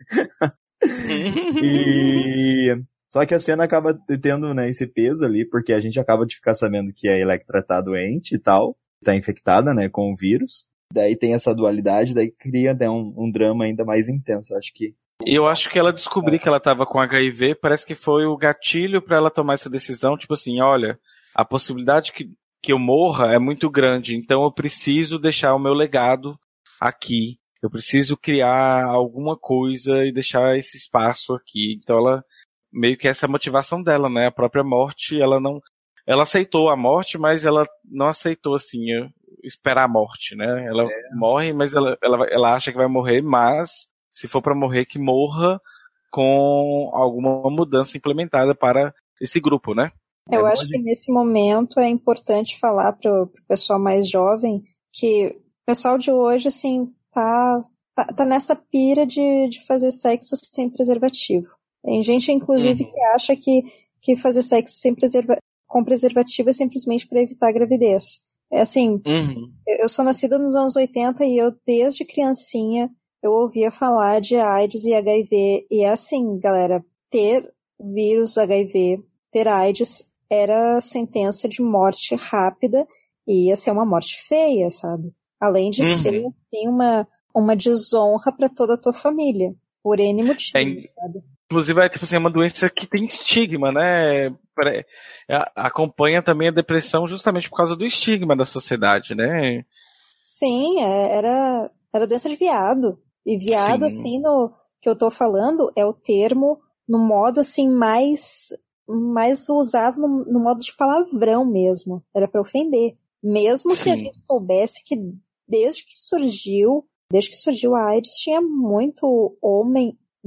E... Só que a cena acaba tendo, né, esse peso ali, porque a gente acaba de ficar sabendo que a Electra tá doente e tal, tá infectada, né, com o vírus. Daí tem essa dualidade, daí cria, né, um, um drama ainda mais intenso, acho que. Eu acho que ela descobriu que ela tava com H I V, parece que foi o gatilho pra ela tomar essa decisão, tipo assim, olha, a possibilidade que, que eu morra é muito grande, então eu preciso deixar o meu legado aqui, eu preciso criar alguma coisa e deixar esse espaço aqui. Então ela, meio que essa é a motivação dela, né, a própria morte, ela não, ela aceitou a morte, mas ela não aceitou, assim, esperar a morte, né, ela é. morre, mas ela, ela, ela acha que vai morrer, mas se for para morrer, que morra com alguma mudança implementada para esse grupo, né? Eu é acho pode... que nesse momento é importante falar para o pessoal mais jovem que o pessoal de hoje, assim, tá, tá, tá nessa pira de, de fazer sexo sem preservativo. Tem gente, inclusive, uhum. que acha que, que fazer sexo sem preserva... com preservativo é simplesmente para evitar a gravidez. É assim, uhum. eu sou nascida nos anos oitenta e eu, desde criancinha, eu ouvia falar de AIDS e H I V, e é assim, galera, ter vírus H I V, ter AIDS, era sentença de morte rápida, e ia ser uma morte feia, sabe? Além de uhum. ser, assim, uma, uma desonra para toda a tua família, por N motivos, é, sabe? Inclusive, é, tipo assim, é uma doença que tem estigma, né? Acompanha também a depressão justamente por causa do estigma da sociedade, né? Sim, é, era, era doença de viado. E viado, Sim. assim, no que eu tô falando, é o termo no modo, assim, mais, mais usado no, no modo de palavrão mesmo. Era pra ofender. Mesmo Sim. que a gente soubesse que desde que surgiu, desde que surgiu a AIDS, tinha muito homem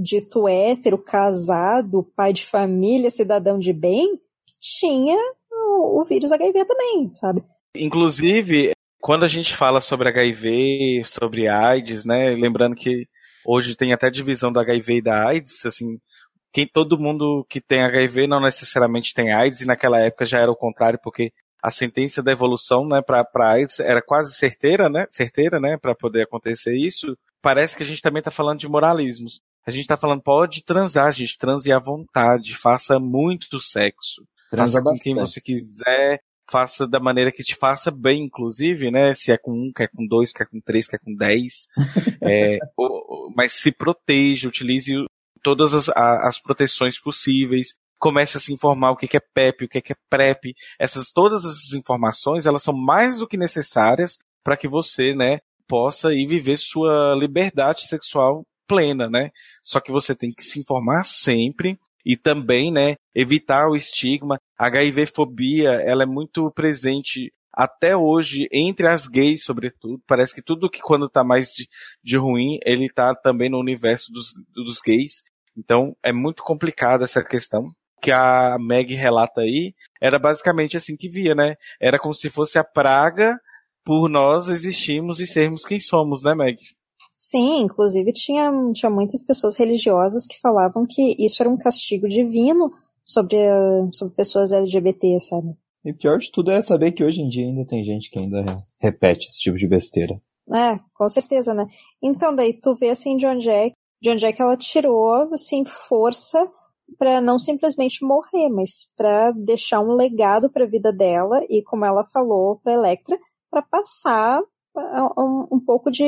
dito hétero, casado, pai de família, cidadão de bem, tinha o, o vírus H I V também, sabe? Inclusive, quando a gente fala sobre H I V, sobre AIDS, né, lembrando que hoje tem até divisão do H I V e da AIDS, assim, quem, todo mundo que tem H I V não necessariamente tem AIDS, e naquela época já era o contrário, porque a sentença da evolução, né, para AIDS era quase certeira, né, certeira, né, para poder acontecer isso. Parece que a gente também está falando de moralismos. A gente está falando, pode transar, gente, transe à vontade, faça muito sexo, Transa faça com bastante. quem você quiser, faça da maneira que te faça bem, inclusive, né, se é com um, quer com dois, quer com três, quer com dez, é, ou, mas se proteja, utilize todas as, as proteções possíveis, comece a se informar o que é P E P, o que é PrEP, essas, todas essas informações, elas são mais do que necessárias para que você, né, possa ir viver sua liberdade sexual plena, né, só que você tem que se informar sempre e também, né, evitar o estigma. A H I V-fobia, ela é muito presente até hoje, entre as gays, sobretudo. Parece que tudo que quando tá mais de, de ruim, ele tá também no universo dos, dos gays. Então, é muito complicada essa questão. O que a Meg relata aí, era basicamente assim que via, né? Era como se fosse a praga por nós existirmos e sermos quem somos, né, Meg? Sim, inclusive tinha, tinha muitas pessoas religiosas que falavam que isso era um castigo divino sobre, sobre pessoas L G B T, sabe? E pior de tudo é saber que hoje em dia ainda tem gente que ainda repete esse tipo de besteira. É, com certeza, né? Então daí tu vê assim de onde é, de onde é que ela tirou assim força para não simplesmente morrer, mas para deixar um legado para a vida dela e, como ela falou para Electra, para passar um, um pouco de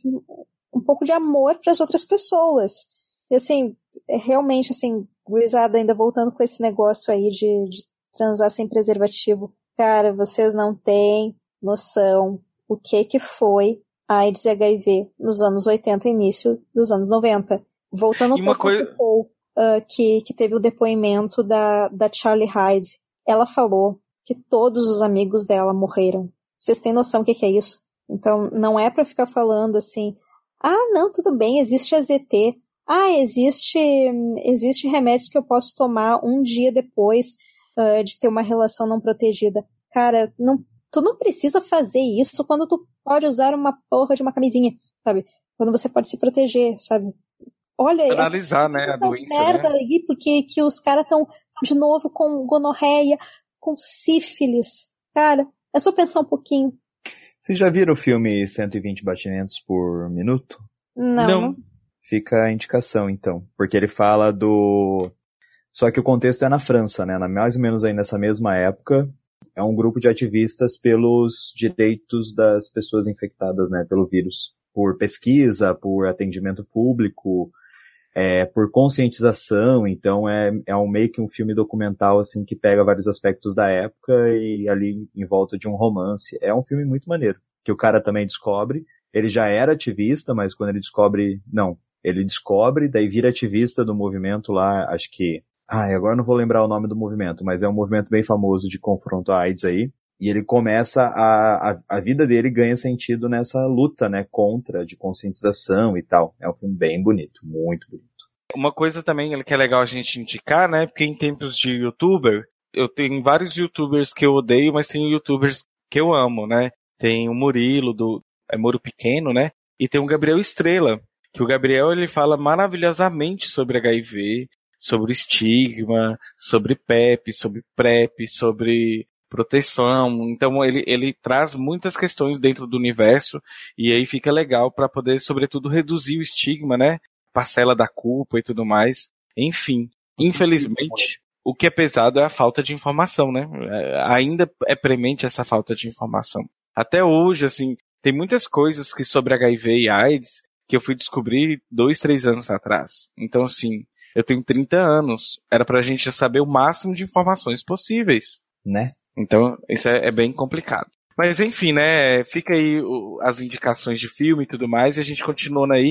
um pouco de amor para as outras pessoas. E assim, realmente assim, gurizada, ainda voltando com esse negócio aí de, de transar sem preservativo, cara, vocês não têm noção o que que foi AIDS e H I V nos anos oitenta e início dos anos noventa. Voltando um pouco coisa... pro Paul, uh, que, que teve o depoimento da, da Charlie Hyde, ela falou que todos os amigos dela morreram. Vocês têm noção do que, que é isso? Então, não é pra ficar falando assim, ah, não, tudo bem, existe A Z T, ah, existe, existe remédios que eu posso tomar um dia depois uh, de ter uma relação não protegida. Cara, não, tu não precisa fazer isso quando tu pode usar uma porra de uma camisinha, sabe? Quando você pode se proteger, sabe? Olha, analisar, é, né, a doença, merda né? aí, porque que os caras estão de novo com gonorreia, com sífilis. Cara, é só pensar um pouquinho. Vocês já viram o filme cento e vinte batimentos por minuto? Não. Não. Fica a indicação, então. Porque ele fala do... Só que o contexto é na França, né? Mais ou menos aí nessa mesma época. É um grupo de ativistas pelos direitos das pessoas infectadas, né? Pelo vírus. Por pesquisa, por atendimento público, é, por conscientização. Então é, é um, meio que um filme documental, assim, que pega vários aspectos da época e ali em volta de um romance. É um filme muito maneiro. Que o cara também descobre. Ele já era ativista, mas quando ele descobre... Não, ele descobre, daí vira ativista do movimento lá, acho que... Ah, agora não vou lembrar o nome do movimento, mas é um movimento bem famoso de confronto à AIDS aí. E ele começa a... A, a vida dele ganha sentido nessa luta, né, contra, de conscientização e tal. É um filme bem bonito, muito bonito. Uma coisa também que é legal a gente indicar, né, porque em tempos de youtuber, eu tenho vários youtubers que eu odeio, mas tem youtubers que eu amo, né. Tem o Murilo, do é Muro Pequeno, né, e tem o Gabriel Estrela, que o Gabriel, ele fala maravilhosamente sobre H I V, sobre estigma, sobre P E P, sobre PrEP, sobre proteção. Então ele, ele traz muitas questões dentro do universo e aí fica legal para poder, sobretudo, reduzir o estigma, né? Parcela da culpa e tudo mais. Enfim, infelizmente, o que é pesado é a falta de informação, né? Ainda é premente essa falta de informação. Até hoje, assim, tem muitas coisas que sobre H I V e AIDS que eu fui descobrir dois, três anos atrás. Então, assim, eu tenho trinta anos. Era pra gente saber o máximo de informações possíveis. Né? Então, isso é, é bem complicado. Mas, enfim, né? Fica aí o, as indicações de filme e tudo mais, e a gente continua aí.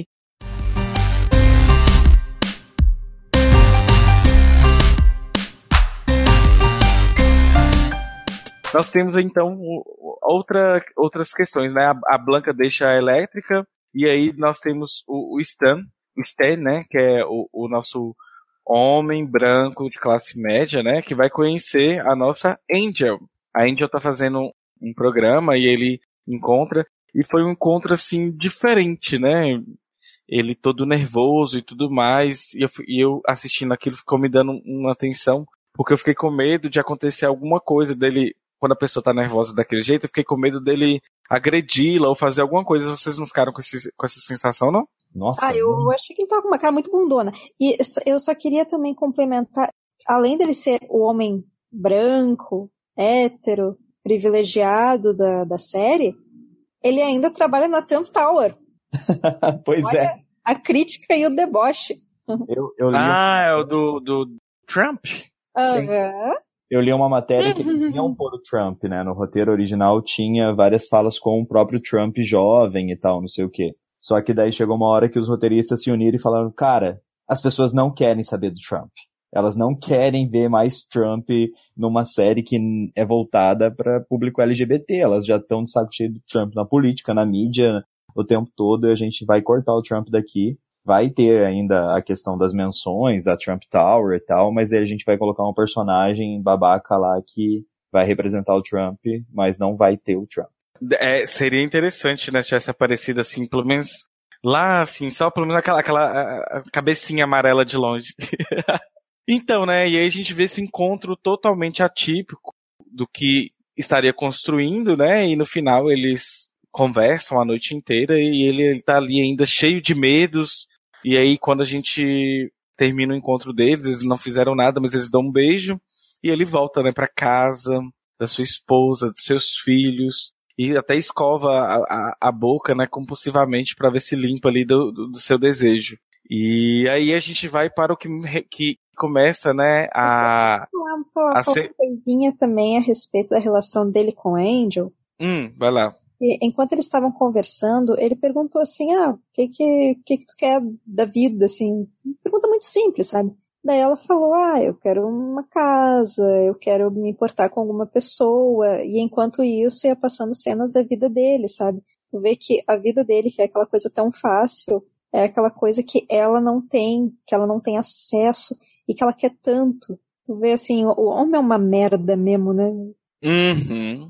Nós temos, então, outra, outras questões, né? A, a Blanca deixa a Elétrica, e aí nós temos o, o Stan, Stan, né, que é o, o nosso homem branco de classe média, né, que vai conhecer a nossa Angel. A Angel tá fazendo um programa e ele encontra, e foi um encontro, assim, diferente, né, ele todo nervoso e tudo mais, e eu, e eu assistindo aquilo ficou me dando uma atenção, porque eu fiquei com medo de acontecer alguma coisa dele, quando a pessoa tá nervosa daquele jeito, eu fiquei com medo dele agredi-la ou fazer alguma coisa. Vocês não ficaram com, esse, com essa sensação, não? Nossa. Ah, eu não. achei que ele tava com uma cara muito bundona. E eu só queria também complementar, além dele ser o homem branco, hétero, privilegiado da, da série, ele ainda trabalha na Trump Tower. Pois Olha é. A crítica e o deboche. Eu, eu li Ah, é o do, do Trump? Sim. Uhum. Eu li uma matéria que eles iam pôr o Trump, né? No roteiro original tinha várias falas com o próprio Trump jovem e tal, não sei o quê. Só que daí chegou uma hora que os roteiristas se uniram e falaram, cara, as pessoas não querem saber do Trump. Elas não querem ver mais Trump numa série que é voltada para público L G B T. Elas já estão de saco cheio do Trump na política, na mídia, o tempo todo, e a gente vai cortar o Trump daqui. Vai ter ainda a questão das menções, da Trump Tower e tal, mas aí a gente vai colocar um personagem babaca lá que vai representar o Trump, mas não vai ter o Trump. É, seria interessante, né, se tivesse aparecido assim, pelo menos lá, assim, só pelo menos aquela, aquela a, a cabecinha amarela de longe. Então, né, e aí a gente vê esse encontro totalmente atípico do que estaria construindo, né, e no final eles conversam a noite inteira e ele, ele tá ali ainda cheio de medos. E aí, quando a gente termina o encontro deles, eles não fizeram nada, mas eles dão um beijo, e ele volta, né, pra casa da sua esposa, dos seus filhos, e até escova a, a, a boca, né, compulsivamente para ver se limpa ali do, do, do seu desejo. E aí a gente vai para o que, que começa, né, a... Uma, a ser... coisinha também a respeito da relação dele com a Angel. Hum, vai lá. E, enquanto eles estavam conversando, ele perguntou assim, ah, o que que, que que tu quer da vida, assim? Pergunta muito simples, sabe? Daí ela falou, ah, eu quero uma casa, eu quero me importar com alguma pessoa, e enquanto isso ia passando cenas da vida dele, sabe? Tu vê que a vida dele, que é aquela coisa tão fácil, é aquela coisa que ela não tem, que ela não tem acesso, e que ela quer tanto. Tu vê assim, o homem é uma merda mesmo, né? Uhum,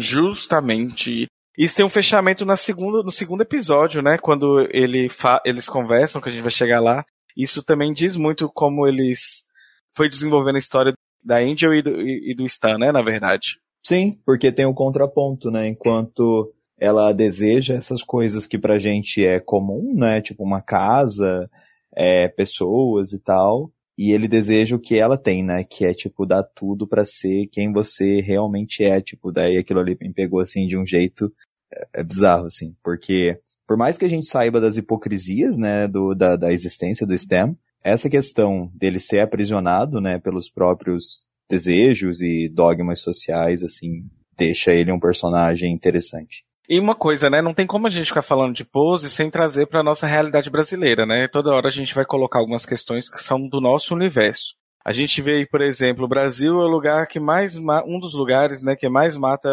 justamente. Isso tem um fechamento na segunda, no segundo episódio, né? Quando ele fa- eles conversam, que a gente vai chegar lá. Isso também diz muito como eles foi desenvolvendo a história da Angel e do, e, e do Stan, né? Na verdade. Sim, porque tem o contraponto, né? Enquanto ela deseja essas coisas que pra gente é comum, né? Tipo uma casa, é, pessoas e tal. E ele deseja o que ela tem, né? Que é, tipo, dar tudo pra ser quem você realmente é. Tipo, daí aquilo ali me pegou, assim, de um jeito é, é bizarro, assim. Porque, por mais que a gente saiba das hipocrisias, né? Do, da, da existência do Stan, essa questão dele ser aprisionado, né? Pelos próprios desejos e dogmas sociais, assim, deixa ele um personagem interessante. E uma coisa, né, não tem como a gente ficar falando de Pose sem trazer para a nossa realidade brasileira, né? Toda hora a gente vai colocar algumas questões que são do nosso universo. A gente vê aí, por exemplo, o Brasil é o lugar que mais, um dos lugares, né, que mais mata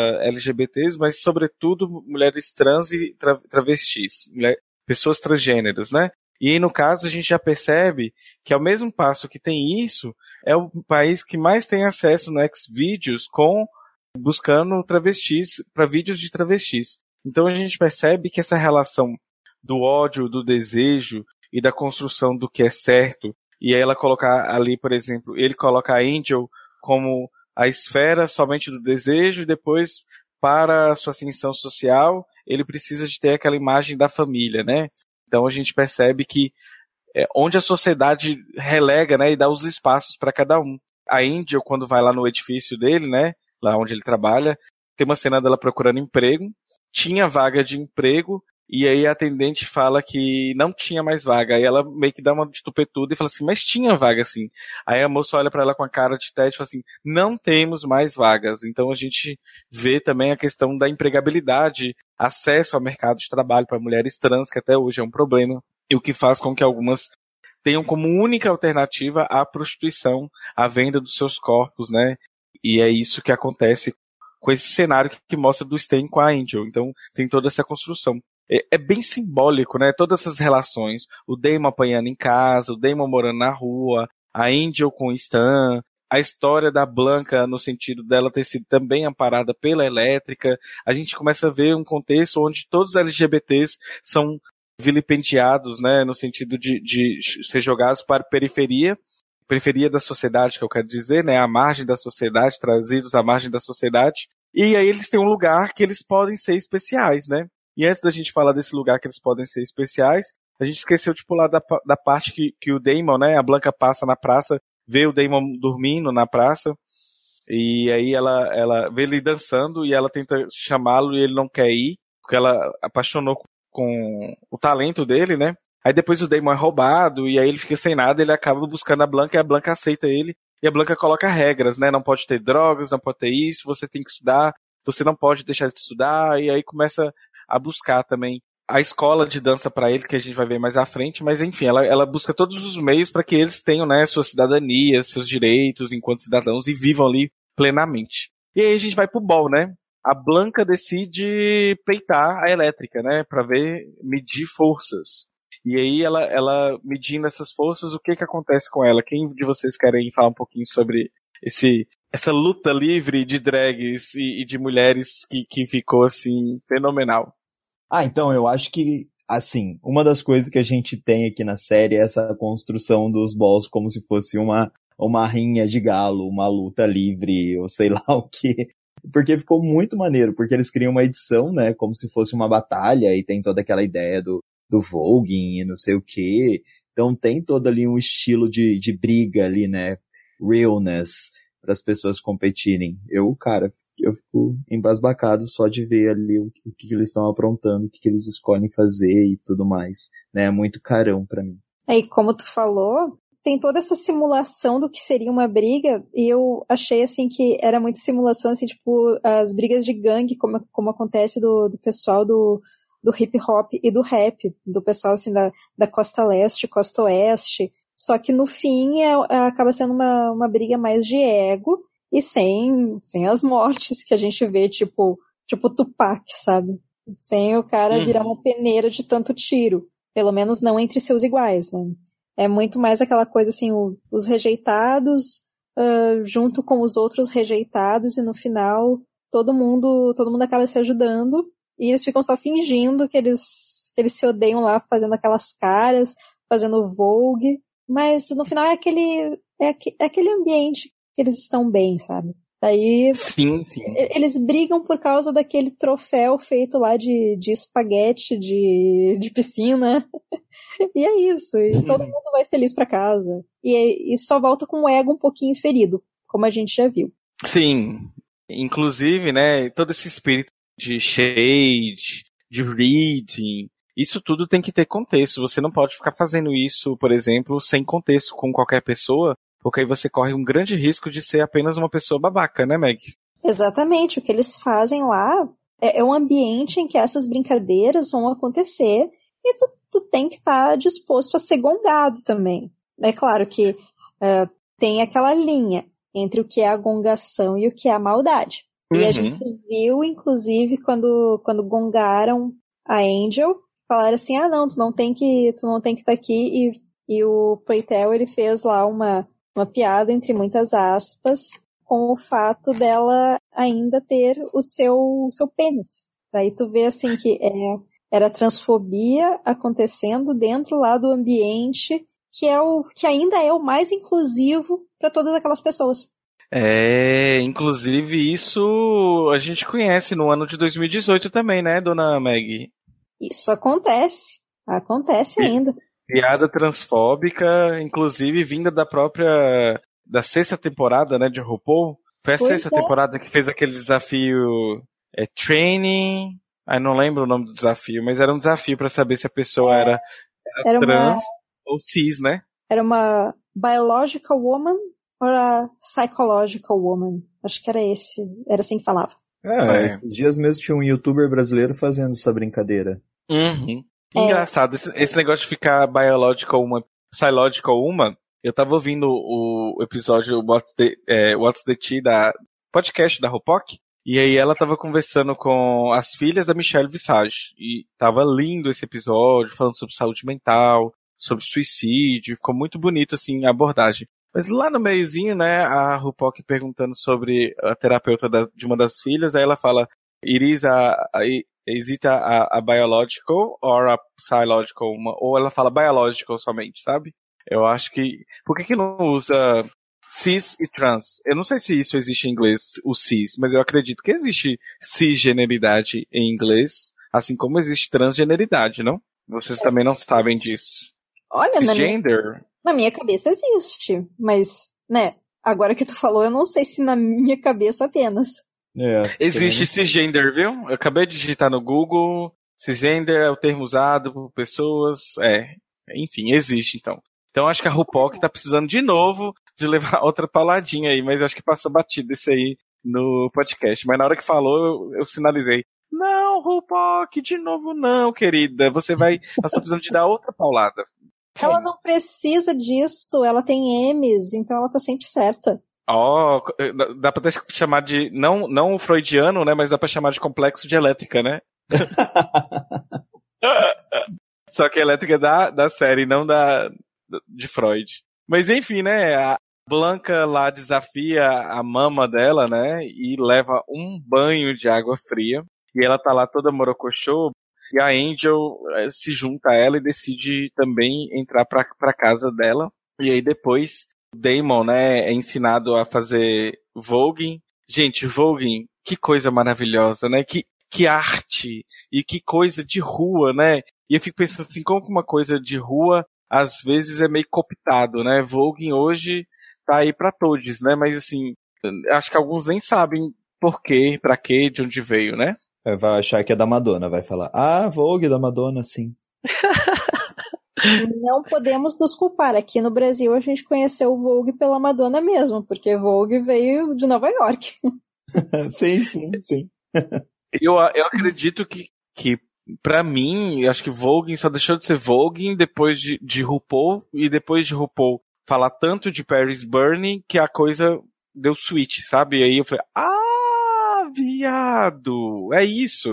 L G B Ts, mas sobretudo mulheres trans e tra- travestis, mulher, pessoas transgêneros, né? E aí, no caso, a gente já percebe que ao mesmo passo que tem isso, é o país que mais tem acesso no Xvideos com buscando travestis, para vídeos de travestis. Então a gente percebe que essa relação do ódio, do desejo e da construção do que é certo, e aí ela colocar ali, por exemplo, ele coloca a Angel como a esfera somente do desejo, e depois, para a sua ascensão social, ele precisa de ter aquela imagem da família, né? Então a gente percebe que é, onde a sociedade relega, né, e dá os espaços para cada um. A Angel, quando vai lá no edifício dele, né, lá onde ele trabalha, tem uma cena dela procurando emprego, tinha vaga de emprego, e aí a atendente fala que não tinha mais vaga, aí ela meio que dá uma de tupetuda e fala assim, mas tinha vaga sim. Aí a moça olha pra ela com a cara de tédio e fala assim, não temos mais vagas. Então a gente vê também a questão da empregabilidade, acesso ao mercado de trabalho para mulheres trans, que até hoje é um problema, e o que faz com que algumas tenham como única alternativa a prostituição, a venda dos seus corpos, né? E é isso que acontece com esse cenário que mostra do Stan com a Angel. Então tem toda essa construção. é, é bem simbólico, né? Todas essas relações. O Damon apanhando em casa, o Damon morando na rua, a Angel com o Stan, a história da Blanca no sentido dela ter sido também amparada pela Elétrica. A gente começa a ver um contexto onde todos os L G B Ts são vilipendiados, né? No sentido de, de ser jogados para a periferia, periferia da sociedade, que eu quero dizer, né? A margem da sociedade, trazidos à margem da sociedade. E aí eles têm um lugar que eles podem ser especiais, né? E antes da gente falar desse lugar que eles podem ser especiais, a gente esqueceu de pular da, da parte que, que o Damon, né? A Blanca passa na praça, vê o Damon dormindo na praça, e aí ela, ela vê ele dançando e ela tenta chamá-lo e ele não quer ir, porque ela apaixonou com, com o talento dele, né? Aí depois o Damon é roubado e aí ele fica sem nada, ele acaba buscando a Blanca e a Blanca aceita ele. E a Blanca coloca regras, né? Não pode ter drogas, não pode ter isso, você tem que estudar, você não pode deixar de estudar. E aí começa a buscar também a escola de dança para ele, que a gente vai ver mais à frente. Mas enfim, ela, ela busca todos os meios para que eles tenham, né, sua cidadania, seus direitos enquanto cidadãos e vivam ali plenamente. E aí a gente vai pro ball, né? A Blanca decide peitar a Elétrica, né? Para ver, medir forças. E aí ela, ela medindo essas forças, o que que acontece com ela? Quem de vocês querem falar um pouquinho sobre esse, essa luta livre de drags e, e de mulheres que, que ficou assim fenomenal? Ah, então eu acho que, assim, uma das coisas que a gente tem aqui na série é essa construção dos balls como se fosse uma, uma rinha de galo, uma luta livre, ou sei lá o que. Porque ficou muito maneiro, porque eles criam uma edição, né, como se fosse uma batalha, e tem toda aquela ideia do do voguing e não sei o que. Então tem todo ali um estilo de, de briga ali, né? Realness, para as pessoas competirem. Eu, cara, eu fico embasbacado só de ver ali o, o que, que eles estão aprontando, o que, que eles escolhem fazer e tudo mais. Né? É muito carão pra mim. Aí, como tu falou, tem toda essa simulação do que seria uma briga, e eu achei, assim, que era muito simulação, assim, tipo, as brigas de gangue, como, como acontece do, do pessoal do do hip hop e do rap, do pessoal assim da, da costa leste, costa oeste, só que no fim é, é, acaba sendo uma, uma briga mais de ego e sem, sem as mortes que a gente vê, tipo, tipo Tupac, sabe? Sem o cara uhum. virar uma peneira de tanto tiro, pelo menos não entre seus iguais, né? É muito mais aquela coisa assim, o, os rejeitados uh, junto com os outros rejeitados e no final todo mundo, todo mundo acaba se ajudando. E eles ficam só fingindo que eles, que eles se odeiam lá, fazendo aquelas caras, fazendo vogue. Mas no final é aquele, é, aqu- é aquele ambiente que eles estão bem, sabe? Daí sim, sim. Eles brigam por causa daquele troféu feito lá de, de espaguete, de, de piscina. E é isso. E todo mundo vai feliz pra casa. E, e só volta com o ego um pouquinho ferido, como a gente já viu. Sim. Inclusive, né, todo esse espírito de shade, de reading, isso tudo tem que ter contexto. Você não pode ficar fazendo isso, por exemplo, sem contexto com qualquer pessoa, porque aí você corre um grande risco de ser apenas uma pessoa babaca, né, Meg? Exatamente. O que eles fazem lá é, é um ambiente em que essas brincadeiras vão acontecer e tu, tu tem que estar tá disposto a ser gongado também. É claro que uh, tem aquela linha entre o que é a gongação e o que é a maldade. E uhum. a gente viu, inclusive, quando, quando gongaram a Angel, falaram assim, ah, não, tu não tem que tu não tem que estar tá aqui, e, e o Playtel, ele fez lá uma, uma piada, entre muitas aspas, com o fato dela ainda ter o seu, o seu pênis. Daí tu vê, assim, que é, era transfobia acontecendo dentro lá do ambiente, que, é o, que ainda é o mais inclusivo para todas aquelas pessoas. É, inclusive isso a gente conhece no ano de dois mil e dezoito também, né, dona Meg? Isso acontece, acontece ainda. Piada transfóbica, inclusive vinda da própria, da sexta temporada, né, de RuPaul. Foi a pois sexta é. temporada que fez aquele desafio, é, training, aí não lembro o nome do desafio, mas era um desafio para saber se a pessoa é, era, era, era trans uma, ou cis, né? Era uma biological woman ou a psychological woman? Acho que era esse, era assim que falava. É, é. Esses dias mesmo tinha um youtuber brasileiro fazendo essa brincadeira. Uhum. É. Engraçado, esse, esse negócio de ficar biological woman, psychological woman, eu tava ouvindo o episódio What's the, é, What's the Tea da podcast da RuPoc, E aí ela tava conversando com as filhas da Michelle Visage. E tava lindo esse episódio, falando sobre saúde mental, sobre suicídio. Ficou muito bonito, assim, a abordagem. Mas lá no meiozinho, né, a RuPaul perguntando sobre a terapeuta da, de uma das filhas, aí ela fala, it is a, a, is it a, a biological or a psychological? Uma, ou ela fala biological somente, sabe? Eu acho que... Por que que não usa cis e trans? Eu não sei se isso existe em inglês, o cis, mas eu acredito que existe cisgeneridade em inglês, assim como existe transgeneridade, não? Vocês também não sabem disso. Olha, na minha, Cisgender... na minha cabeça existe, mas, né, agora que tu falou, eu não sei se na minha cabeça apenas. É, existe também... cisgender, viu? Eu acabei de digitar no Google, cisgender é o termo usado por pessoas, é, enfim, existe então. Então acho que a RuPaul que tá precisando de novo de levar outra pauladinha aí, mas acho que passou batido isso aí no podcast. Mas na hora que falou, eu, eu sinalizei. Não, RuPaul, de novo não, querida. Você vai, tá só precisando de dar outra paulada. Ela não precisa disso, ela tem M's, então ela tá sempre certa. Ó, oh, dá pra até chamar de, não, não o freudiano, né, mas dá pra chamar de complexo de elétrica, né? Só que a elétrica é da, da série, não da, de Freud. Mas enfim, né, a Blanca lá desafia a mama dela, né, e leva um banho de água fria, e ela tá lá toda morocochô, e a Angel se junta a ela e decide também entrar pra, pra casa dela, e aí depois o Damon, né, é ensinado a fazer voguing. Gente, voguing, que coisa maravilhosa, né, que, que arte, e que coisa de rua, né, e eu fico pensando assim, como que uma coisa de rua às vezes é meio cooptado, né? Voguing hoje tá aí pra todos, né? Mas assim, acho que alguns nem sabem por quê, pra quê, de onde veio, né? Vai achar que é da Madonna, vai falar, ah, Vogue da Madonna, sim. Não podemos nos culpar. Aqui no Brasil a gente conheceu o Vogue pela Madonna mesmo, porque Vogue veio de Nova York. Sim, sim, sim. Eu, eu acredito que, que pra mim, acho que Voguing só deixou de ser Voguing depois de, de RuPaul, e depois de RuPaul falar tanto de Paris Burning que a coisa deu switch, sabe? E aí eu falei, ah, viado, é isso.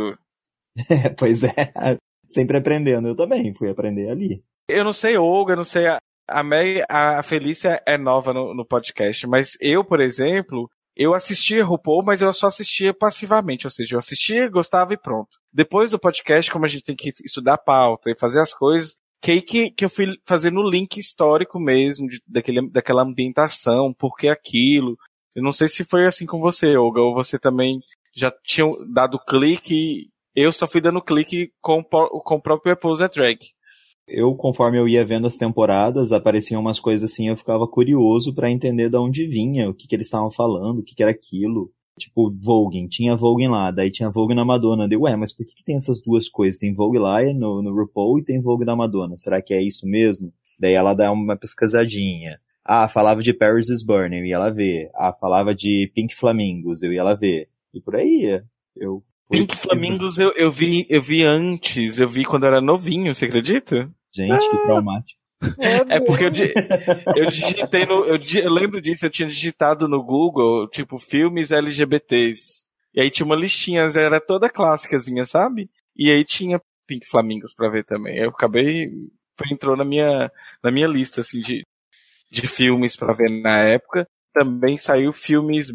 É, pois é, sempre aprendendo, eu também fui aprender ali. Eu não sei Olga, eu não sei, a, a, Meg, a Felícia é nova no, no podcast, mas eu, por exemplo, eu assistia RuPaul, mas eu só assistia passivamente, ou seja, eu assistia, gostava e pronto. Depois do podcast, como a gente tem que estudar a pauta e fazer as coisas, que aí que, que eu fui fazendo o link histórico mesmo, de, daquele, daquela ambientação, por que aquilo. Eu não sei se foi assim com você, Olga, ou você também já tinha dado clique, eu só fui dando clique com, com o próprio RuPaul's Drag. Eu, conforme eu ia vendo as temporadas, apareciam umas coisas assim, eu ficava curioso pra entender de onde vinha, o que que eles estavam falando, o que que era aquilo. Tipo, Voguing, tinha Voguing lá, daí tinha Vogue na Madonna. Daí, ué, mas por que que tem essas duas coisas? Tem Vogue lá no, no RuPaul e tem Vogue na Madonna. Será que é isso mesmo? Daí ela dá uma pesquisadinha. Ah, falava de Paris is Burning, eu ia lá ver. Ah, falava de Pink Flamingos, eu ia lá ver. E por aí, eu... Pink Flamingos eu, eu, vi, eu vi antes, eu vi quando eu era novinho, você acredita? Gente, ah. que traumático. É porque eu, eu digitei no. Eu, eu lembro disso, eu tinha digitado no Google, tipo, filmes L G B Ts. E aí tinha uma listinha, era toda clássicazinha, sabe? E aí tinha Pink Flamingos pra ver também. Eu acabei. Entrou na minha, na minha lista, assim, de, de filmes pra ver na época. Também saiu filmes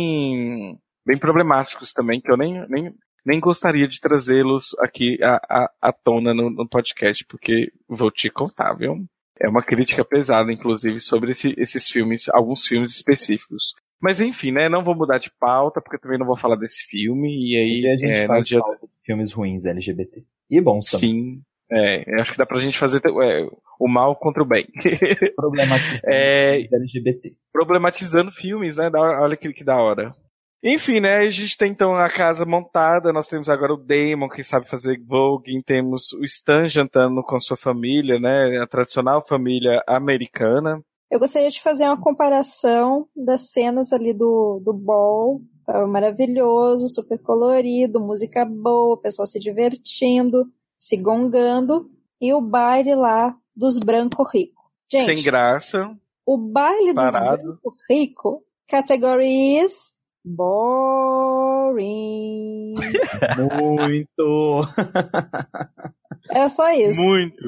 bem. bem problemáticos também, que eu nem, nem, nem gostaria de trazê-los aqui à, à, à tona no, no podcast, porque vou te contar, viu? É uma crítica pesada, inclusive, sobre esse, esses filmes, alguns filmes específicos. Mas enfim, né, não vou mudar de pauta, porque também não vou falar desse filme, e aí... E a gente é, faz dia... pauta de filmes ruins L G B T. E bons também. Sim, é, acho que dá pra gente fazer é, o mal contra o bem. Problematizando é, L G B T. Problematizando filmes, né, olha que, que da hora. Enfim, né, a gente tem então a casa montada, nós temos agora o Damon, que sabe fazer voguing, temos o Stan jantando com sua família, né, a tradicional família americana. Eu gostaria de fazer uma comparação das cenas ali do, do ball, tava maravilhoso, super colorido, música boa, o pessoal se divertindo, se gongando, e o baile lá dos branco rico. Gente, sem graça. O baile parado. dos branco rico, category is... boring. boring. Muito! Era só isso. Muito.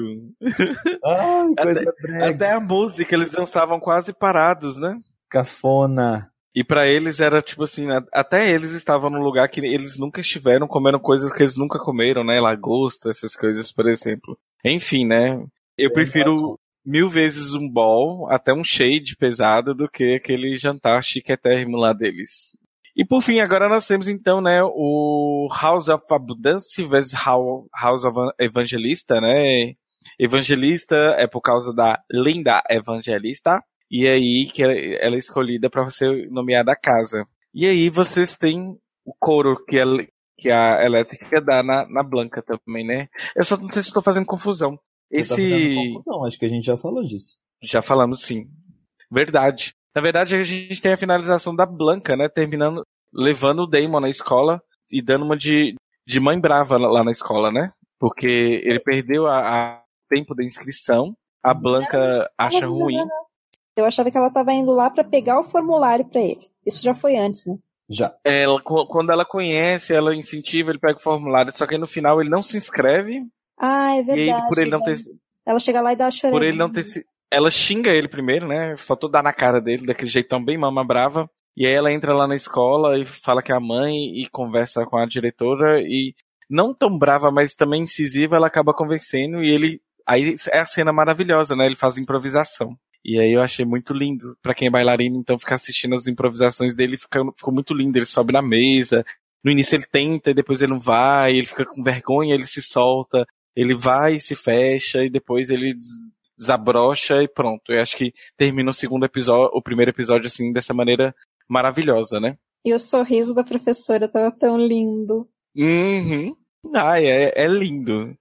Ai, coisa até, brega. até a música, eles dançavam quase parados, né? Cafona. E pra eles era tipo assim, até eles estavam num lugar que eles nunca estiveram, comendo coisas que eles nunca comeram, né? Lagosta, essas coisas, por exemplo. Enfim, né? Eu prefiro mil vezes um ball, até um shade pesado, do que aquele jantar chiquetérrimo lá deles. E por fim, agora nós temos então, né, o House of Abundance versus House of Evangelista, né? Evangelista é por causa da Linda Evangelista, e aí que ela é escolhida para ser nomeada a casa. E aí vocês têm o coro que, ela, que a Elétrica dá na, na Blanca também, né? Eu só não sei se estou fazendo confusão. Você Esse... tá fazendo confusão, acho que a gente já falou disso. Já falamos, sim. Verdade. Na verdade, a gente tem a finalização da Blanca, né? Terminando, levando o Damon na escola e dando uma de, de mãe brava lá na escola, né? Porque ele perdeu a, a tempo da inscrição, a Blanca acha ruim. Eu achava que ela estava indo lá para pegar o formulário para ele. Isso já foi antes, né? Já. Ela, quando ela conhece, ela incentiva, ele pega o formulário, só que aí no final ele não se inscreve. Ah, é verdade. E aí, por ele não ter... Ela chega lá e dá a choradinha. Por ele não ter... Ela xinga ele primeiro, né? Faltou dar na cara dele, daquele jeitão bem mama brava. E aí ela entra lá na escola e fala que é a mãe e conversa com a diretora e não tão brava, mas também incisiva, ela acaba convencendo e ele... Aí é a cena maravilhosa, né? Ele faz improvisação. E aí eu achei muito lindo. Pra quem é bailarino, então, ficar assistindo as improvisações dele fica, ficou muito lindo. Ele sobe na mesa. No início ele tenta, e depois ele não vai. Ele fica com vergonha, ele se solta. Ele vai e se fecha, e depois ele desabrocha e pronto. Eu acho que termina o segundo episódio, o primeiro episódio, assim, dessa maneira maravilhosa, né? E o sorriso da professora tava tão lindo. Uhum. Ai, é, é lindo.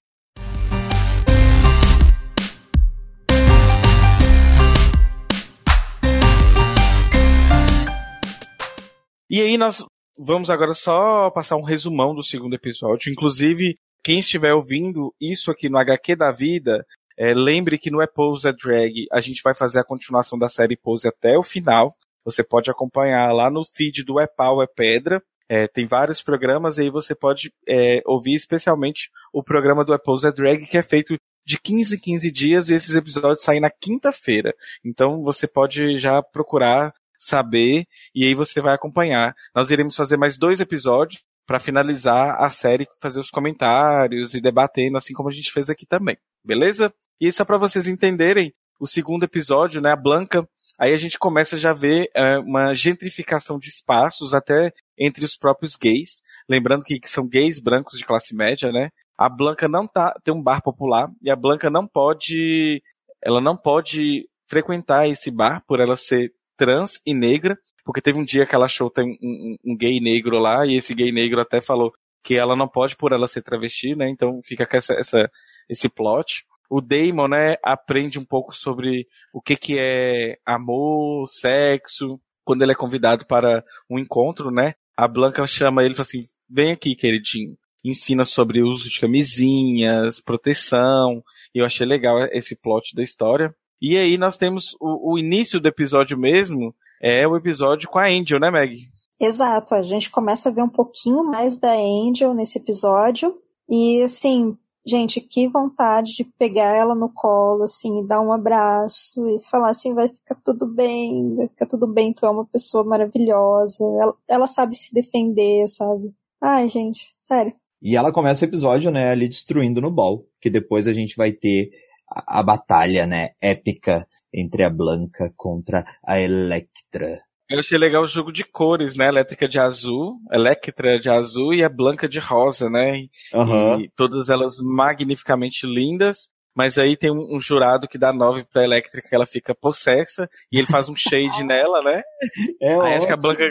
E aí nós vamos agora só passar um resumão do segundo episódio. Inclusive, quem estiver ouvindo isso aqui no H Q da Vida, é, lembre que no É Pose é Drag a gente vai fazer a continuação da série Pose até o final. Você pode acompanhar lá no feed do É Pau, É Pedra. É, tem vários programas e aí você pode é, ouvir especialmente o programa do É Pose é Drag, que é feito de quinze em quinze dias e esses episódios saem na quinta-feira. Então você pode já procurar saber, e aí você vai acompanhar. Nós iremos fazer mais dois episódios para finalizar a série, fazer os comentários e debatendo, assim como a gente fez aqui também, beleza? E só para vocês entenderem, o segundo episódio, né, a Blanca, aí a gente começa já a ver é, uma gentrificação de espaços até entre os próprios gays, lembrando que são gays brancos de classe média, né? A Blanca não tá, tem um bar popular, e a Blanca não pode, ela não pode frequentar esse bar por ela ser trans e negra, porque teve um dia que ela achou tem um, um, um gay negro lá, e esse gay negro até falou que ela não pode por ela ser travesti, né, então fica com essa, essa, esse plot. O Damon, né, aprende um pouco sobre o que que é amor, sexo, quando ele é convidado para um encontro, né, a Blanca chama ele e fala assim, vem aqui, queridinho, ensina sobre o uso de camisinhas, proteção, e eu achei legal esse plot da história. E aí nós temos o, o início do episódio mesmo, é o episódio com a Angel, né, Meg? Exato, a gente começa a ver um pouquinho mais da Angel nesse episódio, e assim, gente, que vontade de pegar ela no colo, assim, e dar um abraço, e falar assim, vai ficar tudo bem, vai ficar tudo bem, tu é uma pessoa maravilhosa, ela, ela sabe se defender, sabe? Ai, gente, sério. E ela começa o episódio, né, ali destruindo no ball, que depois a gente vai ter a, a batalha, né, épica entre a Blanca contra a Electra. Eu achei legal o jogo de cores, né, Elétrica de azul, Electra de azul e a Blanca de rosa, né, uhum. E todas elas magnificamente lindas, mas aí tem um, um jurado que dá nove pra Elétrica, que ela fica possessa, e ele faz um shade nela, né, é aí acho que a Blanca...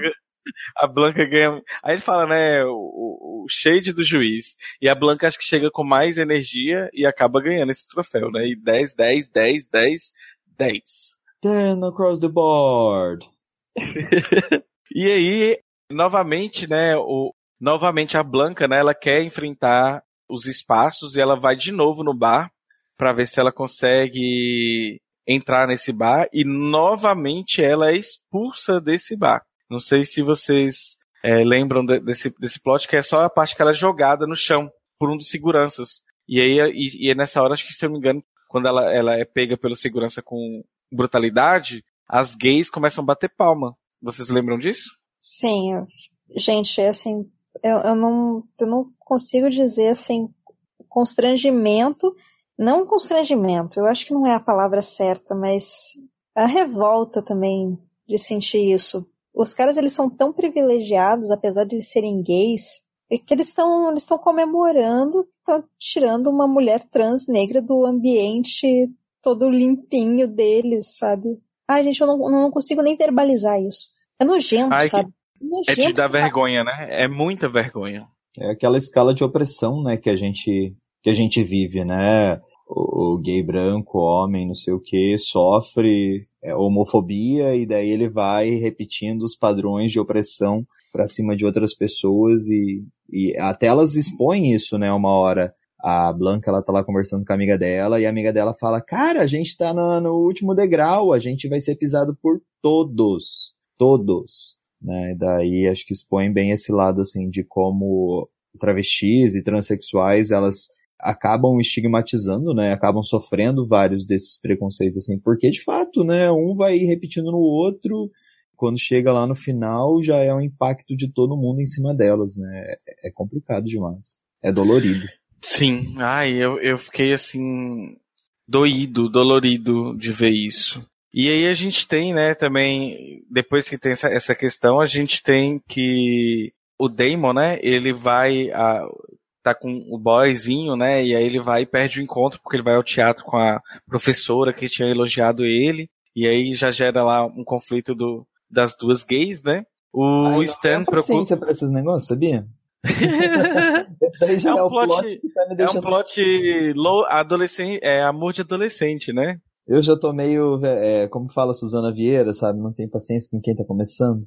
A Blanca ganha... Aí ele fala, né, o, o shade do juiz. E a Blanca acho que chega com mais energia e acaba ganhando esse troféu, né? E dez, dez, dez, dez, dez. ten across the board. E aí, novamente, né, o... novamente a Blanca, né, ela quer enfrentar os espaços e ela vai de novo no bar pra ver se ela consegue entrar nesse bar. E novamente ela é expulsa desse bar. Não sei se vocês é, lembram de, desse, desse plot, que é só a parte que ela é jogada no chão por um dos seguranças. E aí, e, e é nessa hora, acho que se eu não me engano, quando ela, ela é pega pelo segurança com brutalidade, as gays começam a bater palma. Vocês lembram disso? Sim, eu, gente, assim, eu, eu, não, eu não consigo dizer, assim, constrangimento, não constrangimento, eu acho que não é a palavra certa, mas a revolta também de sentir isso. Os caras, eles são tão privilegiados, apesar de eles serem gays, que eles estão eles estão comemorando, estão tirando uma mulher trans negra do ambiente todo limpinho deles, sabe? Ai, gente, eu não, não consigo nem verbalizar isso. É nojento, Ai, sabe? Que... É, nojento, é de dar cara. vergonha, né? É muita vergonha. É aquela escala de opressão, né, que a gente, que a gente vive, né? O, o gay branco, homem, não sei o que, sofre é, homofobia e daí ele vai repetindo os padrões de opressão pra cima de outras pessoas e, e até elas expõem isso, né, uma hora. A Blanca, ela tá lá conversando com a amiga dela e a amiga dela fala, cara, a gente tá no, no último degrau, a gente vai ser pisado por todos, todos, né, e daí acho que expõe bem esse lado, assim, de como travestis e transexuais, elas acabam estigmatizando, né, acabam sofrendo vários desses preconceitos, assim, porque de fato, né, um vai repetindo no outro, quando chega lá no final já é um impacto de todo mundo em cima delas, né, é complicado demais, é dolorido. Sim, ai, eu, eu fiquei assim, doído, dolorido de ver isso. E aí a gente tem, né, também, depois que tem essa, essa questão, a gente tem que o Damon, né, ele vai, a, tá com o boyzinho, né, e aí ele vai e perde o encontro, porque ele vai ao teatro com a professora que tinha elogiado ele, e aí já gera lá um conflito do, das duas gays, né. O Ai, Stan procura... paciência pra esses negócios, sabia? Esse já é, um é, o plot, plot que tá me deixando... é um plot low, adolescente, é amor de adolescente, né? Eu já tô meio, é, como fala Suzana Vieira, sabe? Não tem paciência com quem tá começando.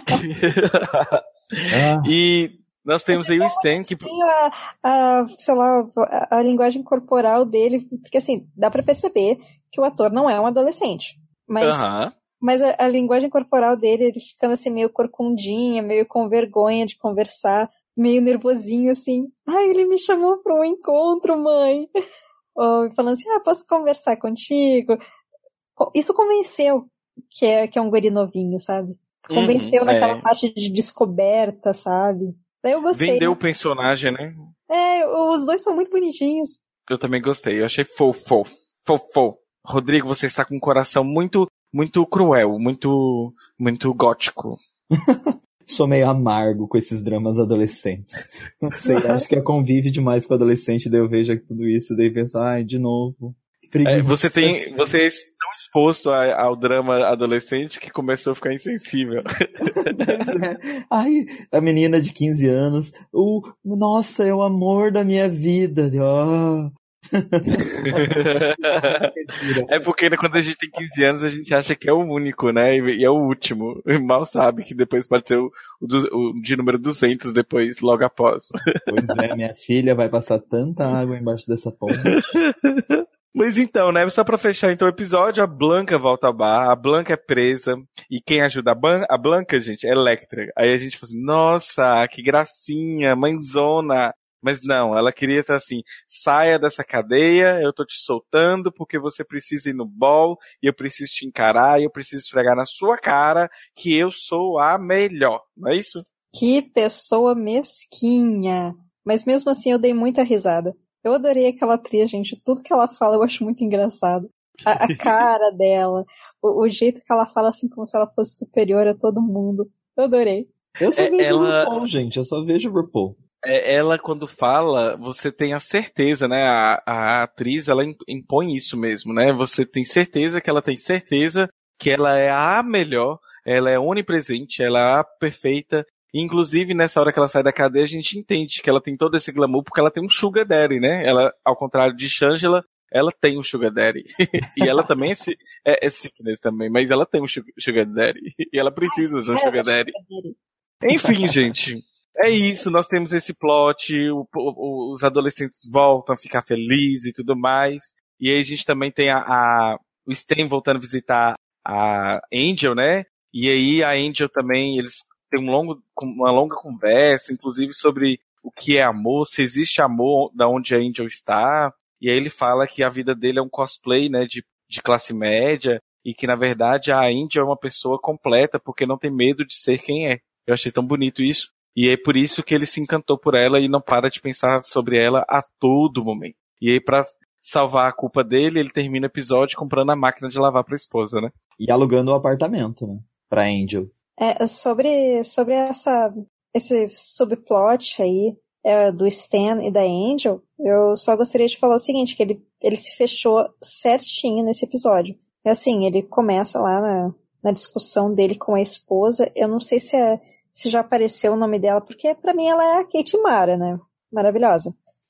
ah. E nós temos aí o Stan que... A, a, sei lá, a, a linguagem corporal dele, porque assim, dá pra perceber que o ator não é um adolescente. Mas, uh-huh. mas a, a linguagem corporal dele, ele ficando assim meio corcundinha, meio com vergonha de conversar, meio nervosinho, assim. Ai, ele me chamou para um encontro, mãe. Ou falando assim, ah, posso conversar contigo? Isso convenceu que é, que é um guri novinho, sabe? Convenceu uhum, naquela é. parte de descoberta, sabe? Daí eu gostei. Vendeu o personagem, né? É, os dois são muito bonitinhos. Eu também gostei, eu achei fofo, fofo. Rodrigo, você está com um coração muito, muito cruel, muito, muito gótico. Sou meio amargo com esses dramas adolescentes. Não sei, acho que eu convive demais com adolescente, daí eu vejo tudo isso, daí penso, ai, de novo. É, você tem, você é tão exposto a, ao drama adolescente que começou a ficar insensível. É. Ai, a menina de quinze anos, o, nossa, é o amor da minha vida. Oh. É porque quando a gente tem quinze anos a gente acha que é o único, né, e é o último, e mal sabe que depois pode ser o, o, o de número duzentos depois, logo após. Pois é, minha filha vai passar tanta água embaixo dessa ponte. Mas então, né, só pra fechar então o episódio, a Blanca volta ao bar, a Blanca é presa, e quem ajuda a, Ban- a Blanca, gente, é Electra. Aí a gente fala assim, nossa, que gracinha, mãezona. Mas não, ela queria estar assim, saia dessa cadeia, eu tô te soltando porque você precisa ir no ball, e eu preciso te encarar, e eu preciso esfregar na sua cara que eu sou a melhor, não é isso? Que pessoa mesquinha. Mas mesmo assim eu dei muita risada. Eu adorei aquela atriz, gente, tudo que ela fala eu acho muito engraçado. A, a cara dela, o, o jeito que ela fala assim como se ela fosse superior a todo mundo. Eu adorei. Eu só é, vejo ela... o RuPaul, gente, eu só vejo o RuPaul. Ela, quando fala, você tem a certeza, né? A, a atriz, ela impõe isso mesmo, né? Você tem certeza que ela tem certeza que ela é a melhor, ela é onipresente, ela é a perfeita. Inclusive, nessa hora que ela sai da cadeia, a gente entende que ela tem todo esse glamour porque ela tem um sugar daddy, né? Ela, ao contrário de Shangela, ela tem um sugar daddy. E ela também é, é, é sickness também, mas ela tem um sugar daddy. E ela precisa de um sugar daddy. Enfim, gente... É isso, nós temos esse plot, o, o, os adolescentes voltam a ficar felizes e tudo mais. E aí a gente também tem a, a, o Stan voltando a visitar a Angel, né? E aí a Angel também, eles tem um longo, uma longa conversa, inclusive sobre o que é amor, se existe amor da onde a Angel está, e aí ele fala que a vida dele é um cosplay, né, de, de classe média, e que na verdade a Angel é uma pessoa completa, porque não tem medo de ser quem é. Eu achei tão bonito isso, e é por isso que ele se encantou por ela e não para de pensar sobre ela a todo momento. E aí pra salvar a culpa dele, ele termina o episódio comprando a máquina de lavar pra esposa, né? E alugando o apartamento, né, pra Angel. É, sobre, sobre essa, esse subplot aí é, do Stan e da Angel, eu só gostaria de falar o seguinte, que ele, ele se fechou certinho nesse episódio. É assim, ele começa lá na, na discussão dele com a esposa, eu não sei se, é, se já apareceu o nome dela, porque pra mim ela é a Kate Mara, né? Maravilhosa.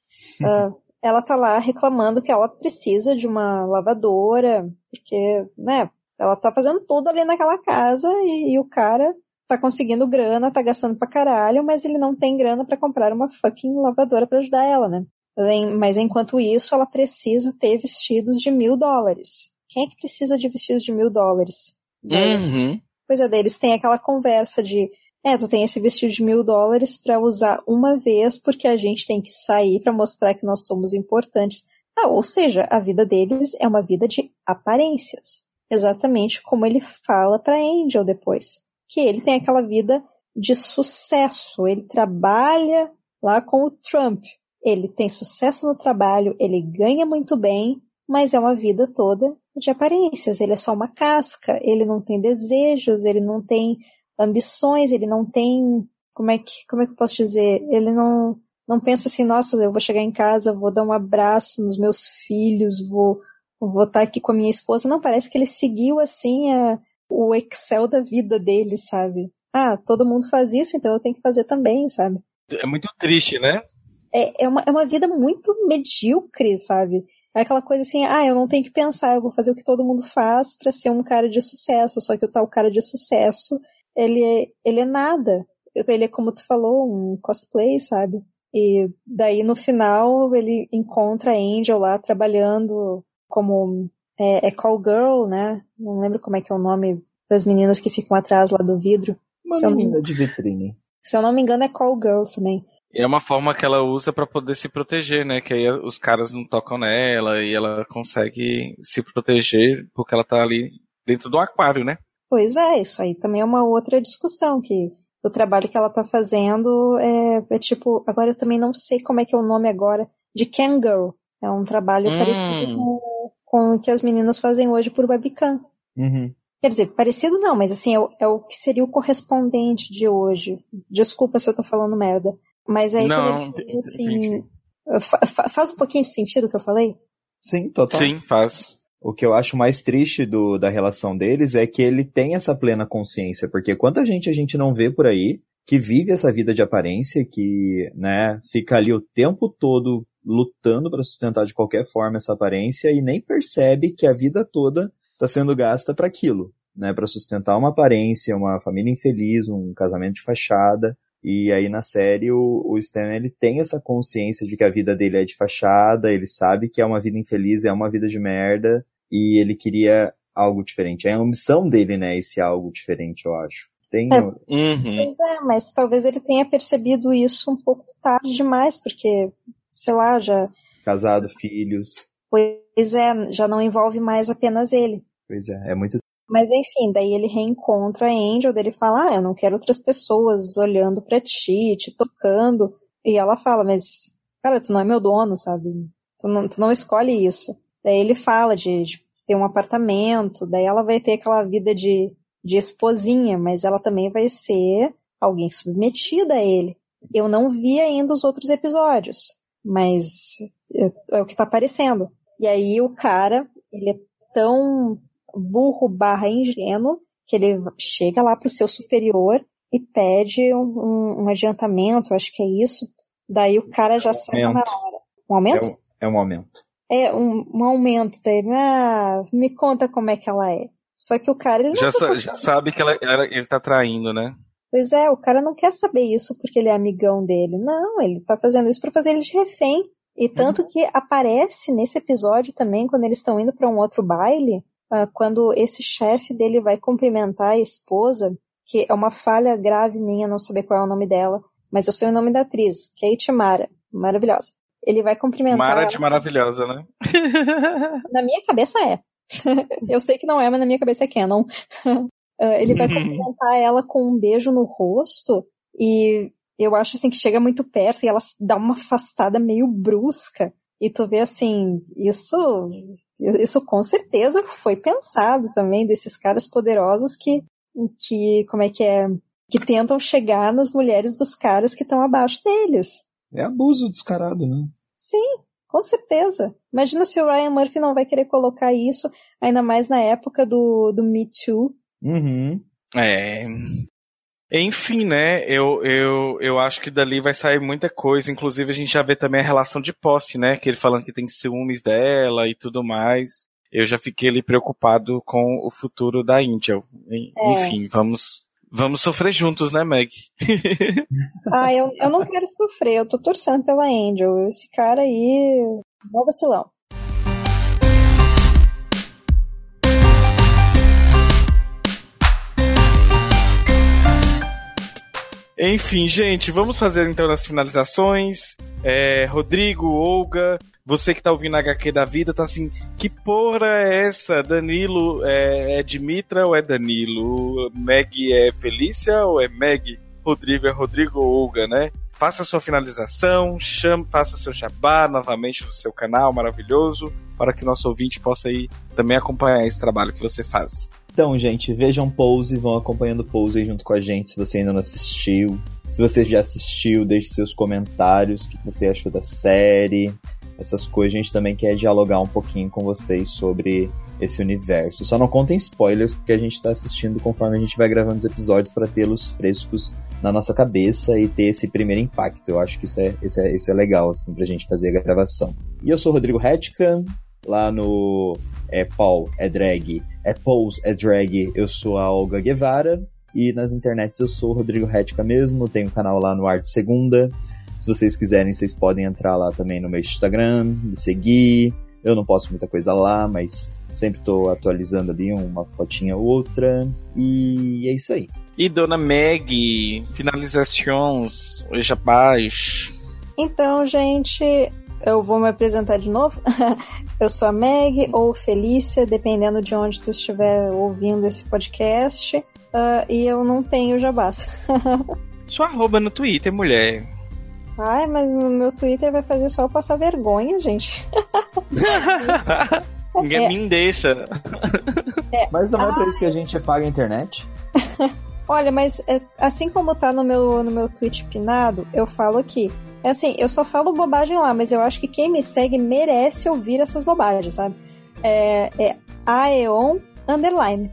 uh, ela tá lá reclamando que ela precisa de uma lavadora, porque, né, ela tá fazendo tudo ali naquela casa e, e o cara tá conseguindo grana, tá gastando pra caralho, mas ele não tem grana pra comprar uma fucking lavadora pra ajudar ela, né? Mas enquanto isso, ela precisa ter vestidos de mil dólares. Quem é que precisa de vestidos de mil dólares? Uhum. Pois é, deles tem aquela conversa de é, tu tem esse vestido de mil dólares pra usar uma vez porque a gente tem que sair pra mostrar que nós somos importantes. Ah, ou seja, a vida deles é uma vida de aparências. Exatamente como ele fala pra Angel depois. Que ele tem aquela vida de sucesso. Ele trabalha lá com o Trump. Ele tem sucesso no trabalho, ele ganha muito bem, mas é uma vida toda de aparências. Ele é só uma casca, ele não tem desejos, ele não tem ambições, ele não tem... Como é que, como é que eu posso dizer? Ele não, não pensa assim, nossa, eu vou chegar em casa, vou dar um abraço nos meus filhos, vou... vou estar aqui com a minha esposa. Não, parece que ele seguiu, assim, a, o Excel da vida dele, sabe? Ah, todo mundo faz isso, então eu tenho que fazer também, sabe? É muito triste, né? É, é, uma, é uma vida muito medíocre, sabe? É aquela coisa assim, ah, eu não tenho que pensar, eu vou fazer o que todo mundo faz pra ser um cara de sucesso, só que o tal cara de sucesso, ele é, ele é nada. Ele é, como tu falou, um cosplay, sabe? E daí, no final, ele encontra a Angel lá trabalhando como é, é call girl, né? Não lembro como é que é o nome das meninas que ficam atrás lá do vidro. Uma se menina não, de vitrine. Se eu não me engano é call girl também. É uma forma que ela usa pra poder se proteger, né? Que aí os caras não tocam nela e ela consegue se proteger porque ela tá ali dentro do aquário, né? Pois é, isso aí também é uma outra discussão, que o trabalho que ela tá fazendo é, é tipo, agora eu também não sei como é que é o nome agora, de Can Girl. É um trabalho hum. parecido com, com o que as meninas fazem hoje por webcam. Uhum. Quer dizer, parecido não, mas assim, é o, é o que seria o correspondente de hoje. Desculpa se eu tô falando merda. Mas aí, não, quando ele, assim, fa, fa, faz um pouquinho de sentido o que eu falei? Sim, total. Sim, faz. O que eu acho mais triste do, da relação deles é que ele tem essa plena consciência, porque quanta gente a gente não vê por aí que vive essa vida de aparência, que, né, fica ali o tempo todo lutando para sustentar de qualquer forma essa aparência e nem percebe que a vida toda está sendo gasta para aquilo, né, para sustentar uma aparência, uma família infeliz, um casamento de fachada. E aí na série o, o Stan, ele tem essa consciência de que a vida dele é de fachada, ele sabe que é uma vida infeliz, é uma vida de merda, e ele queria algo diferente. É a ambição dele, né, esse algo diferente, eu acho. Tem... É, uhum. Pois é, mas talvez ele tenha percebido isso um pouco tarde demais, porque, sei lá, já... Casado, filhos... Pois é, já não envolve mais apenas ele. Pois é, é muito... Mas enfim, daí ele reencontra a Angel, daí ele fala, ah, eu não quero outras pessoas olhando pra ti, te tocando. E ela fala, mas, cara, tu não é meu dono, sabe? Tu não, tu não escolhe isso. Daí ele fala de, de ter um apartamento, daí ela vai ter aquela vida de, de esposinha, mas ela também vai ser alguém submetida a ele. Eu não vi ainda os outros episódios, mas é, é o que tá aparecendo. E aí o cara, ele é tão burro barra ingênuo, que ele chega lá pro seu superior e pede um, um, um adiantamento, acho que é isso. Daí o cara já sai na hora. Um aumento? É um, é um aumento. É, um, um aumento dele. Ah, me conta como é que ela é. Só que o cara... Ele não já, tá sa- já sabe que ela, ela, ele tá traindo, né? Pois é, o cara não quer saber isso porque ele é amigão dele. Não, ele tá fazendo isso pra fazer ele de refém. E tanto uhum. que aparece nesse episódio também, quando eles estão indo pra um outro baile, uh, quando esse chefe dele vai cumprimentar a esposa, que é uma falha grave minha não saber qual é o nome dela, mas eu sei o nome da atriz, Kate Mara, maravilhosa. Ele vai cumprimentar... Mara de maravilhosa, né? Na minha cabeça é. Eu sei que não é, mas na minha cabeça é canon. Ele vai cumprimentar ela com um beijo no rosto e eu acho assim que chega muito perto e ela dá uma afastada meio brusca e tu vê assim, isso, isso com certeza foi pensado também desses caras poderosos que, que como é que é, que tentam chegar nas mulheres dos caras que estão abaixo deles. É abuso descarado, né? Sim, com certeza. Imagina se o Ryan Murphy não vai querer colocar isso, ainda mais na época do, do Me Too. Uhum. É. Enfim, né? Eu, eu, eu acho que dali vai sair muita coisa. Inclusive, a gente já vê também a relação de posse, né? Que ele falando que tem ciúmes dela e tudo mais. Eu já fiquei ali preocupado com o futuro da Angel. Enfim, é. vamos. Vamos sofrer juntos, né, Meg? Ah, eu, eu não quero sofrer, eu tô torcendo pela Angel. Esse cara aí, mó vacilão. Enfim, gente, vamos fazer então as finalizações. É, Rodrigo, Olga, você que tá ouvindo a H Q da vida, tá assim, que porra é essa? Danilo é, é Dimitra ou é Danilo? Meg é Felícia ou é Meg? Rodrigo é Rodrigo ou Olga, né? Faça a sua finalização, chame, faça seu jabá novamente no seu canal maravilhoso, para que o nosso ouvinte possa aí também acompanhar esse trabalho que você faz. Então, gente, vejam Pose, vão acompanhando Pose aí junto com a gente, se você ainda não assistiu. Se você já assistiu, deixe seus comentários, o que você achou da série, essas coisas. A gente também quer dialogar um pouquinho com vocês sobre esse universo. Só não contem spoilers, porque a gente tá assistindo conforme a gente vai gravando os episódios para tê-los frescos na nossa cabeça e ter esse primeiro impacto. Eu acho que isso é, isso é, isso é legal, assim, pra gente fazer a gravação. E eu sou o Rodrigo Hetkan, lá no é Paul é Drag, é Pose é Drag, eu sou a Olga Guevara, e nas internets eu sou o Rodrigo Hetkan mesmo, tenho um canal lá no Arte Segunda. Se vocês quiserem, vocês podem entrar lá também no meu Instagram, me seguir. Eu não posto muita coisa lá, mas sempre tô atualizando ali uma fotinha ou outra. E é isso aí. E dona Meg, finalizações, jabás. Então, gente, eu vou me apresentar de novo. Eu sou a Meg ou Felícia, dependendo de onde tu estiver ouvindo esse podcast. Uh, e eu não tenho jabás. Sua arroba no Twitter, mulher. Ai, mas no meu Twitter vai fazer só eu passar vergonha, gente. Ninguém é. me deixa. É. Mas não é ah. pra isso que a gente paga a internet? Olha, mas assim como tá no meu, no meu tweet pinado, eu falo aqui. É assim, eu só falo bobagem lá, mas eu acho que quem me segue merece ouvir essas bobagens, sabe? É, é Aeon Underline.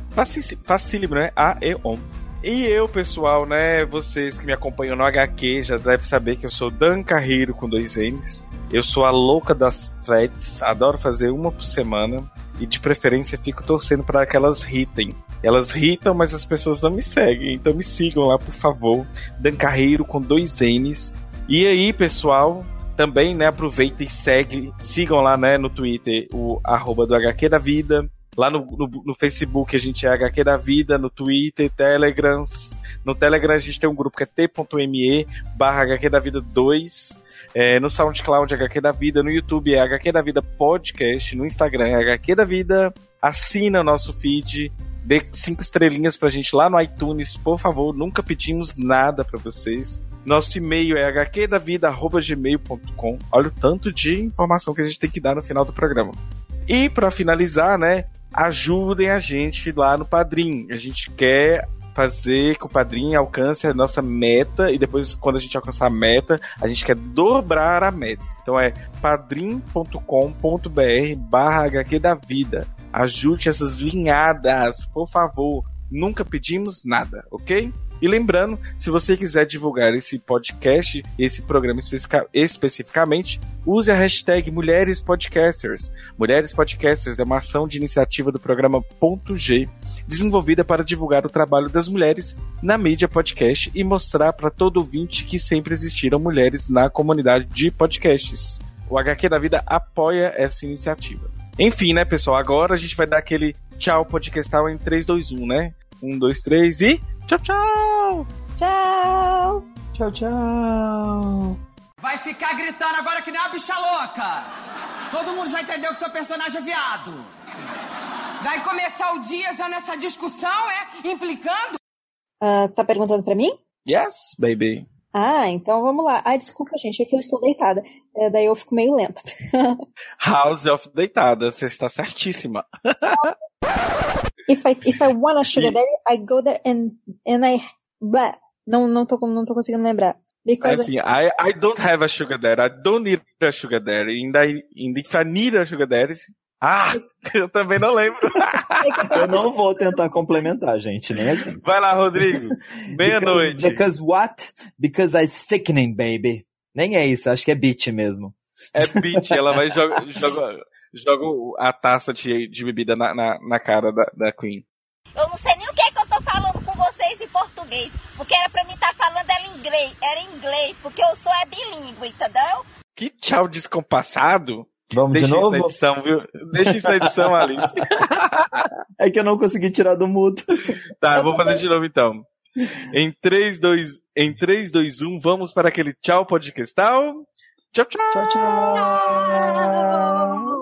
Facílimo, né? Aeon. E eu, pessoal, né? Vocês que me acompanham no H Q já devem saber que eu sou Dan Carreiro com dois N's. Eu sou a louca das threads, adoro fazer uma por semana. E de preferência fico torcendo para que elas hitem. Elas hitam, mas as pessoas não me seguem. Então me sigam lá, por favor. Dan Carreiro com dois N's. E aí, pessoal, também, né, aproveitem e segue, sigam lá, né, no Twitter, o arroba do H Q da Vida. Lá no, no, no Facebook a gente é H Q da Vida, no Twitter, Telegrams. No Telegram a gente tem um grupo que é t.me barra H Q da Vida dois. É, no SoundCloud H Q da Vida, no YouTube é H Q da Vida Podcast, no Instagram é H Q da Vida. Assina o nosso feed, dê cinco estrelinhas pra gente lá no iTunes, por favor, nunca pedimos nada pra vocês. Nosso e-mail é h q da vida arroba gmail ponto com. Olha o tanto de informação que a gente tem que dar no final do programa. E pra finalizar, né, ajudem a gente lá no Padrim. A gente quer fazer que o Padrim alcance a nossa meta, e depois, quando a gente alcançar a meta, a gente quer dobrar a meta. Então é padrim ponto com ponto b r barra H Q da Vida. Ajude essas vinhadas, por favor. Nunca pedimos nada, ok? E lembrando, se você quiser divulgar esse podcast, esse programa especific- especificamente, use a hashtag Mulheres Podcasters. Mulheres Podcasters é uma ação de iniciativa do programa Ponto G, desenvolvida para divulgar o trabalho das mulheres na mídia podcast e mostrar para todo ouvinte que sempre existiram mulheres na comunidade de podcasts. O H Q da Vida apoia essa iniciativa. Enfim, né, pessoal? Agora a gente vai dar aquele tchau podcastal em três, dois, um, né? um, dois, três e... Tchau, tchau. Tchau. Tchau, tchau. Vai ficar gritando agora que nem uma bicha louca. Todo mundo já entendeu que seu personagem é viado. Vai começar o dia já nessa discussão, é? Implicando? Uh, tá perguntando pra mim? Yes, baby. Ah, então vamos lá. Ah, desculpa, gente, é que eu estou deitada. É, daí eu fico meio lenta. House of Deitada, você está certíssima. If I, if I want a sugar daddy, I go there and, and I... Blah. Não, não, tô, não tô conseguindo lembrar. Because assim, I, I don't have a sugar daddy, I don't need a sugar daddy. And, I, and if I need a sugar daddy... Ah, eu também não lembro. Eu não vou tentar complementar, gente, nem a gente. Vai lá, Rodrigo. Meia-noite. Because, because what? Because I'm sickening, baby. Nem é isso, acho que é beat mesmo. É beat, ela vai jogar joga, joga a taça de, de bebida na, na, na cara da, da Queen. Eu não sei nem o que é que eu tô falando com vocês em português, porque era pra mim estar tá falando era inglês, era inglês, porque eu sou é bilíngue, entendeu? Que tchau descompassado. Vamos Deixa de novo? Isso na edição, viu? Deixa isso na edição, Alice. É que eu não consegui tirar do mudo. Tá, eu vou fazer de novo então. Em três, dois, em três, dois, um, vamos para aquele tchau podcastal. Tchau, tchau. Tchau, tchau.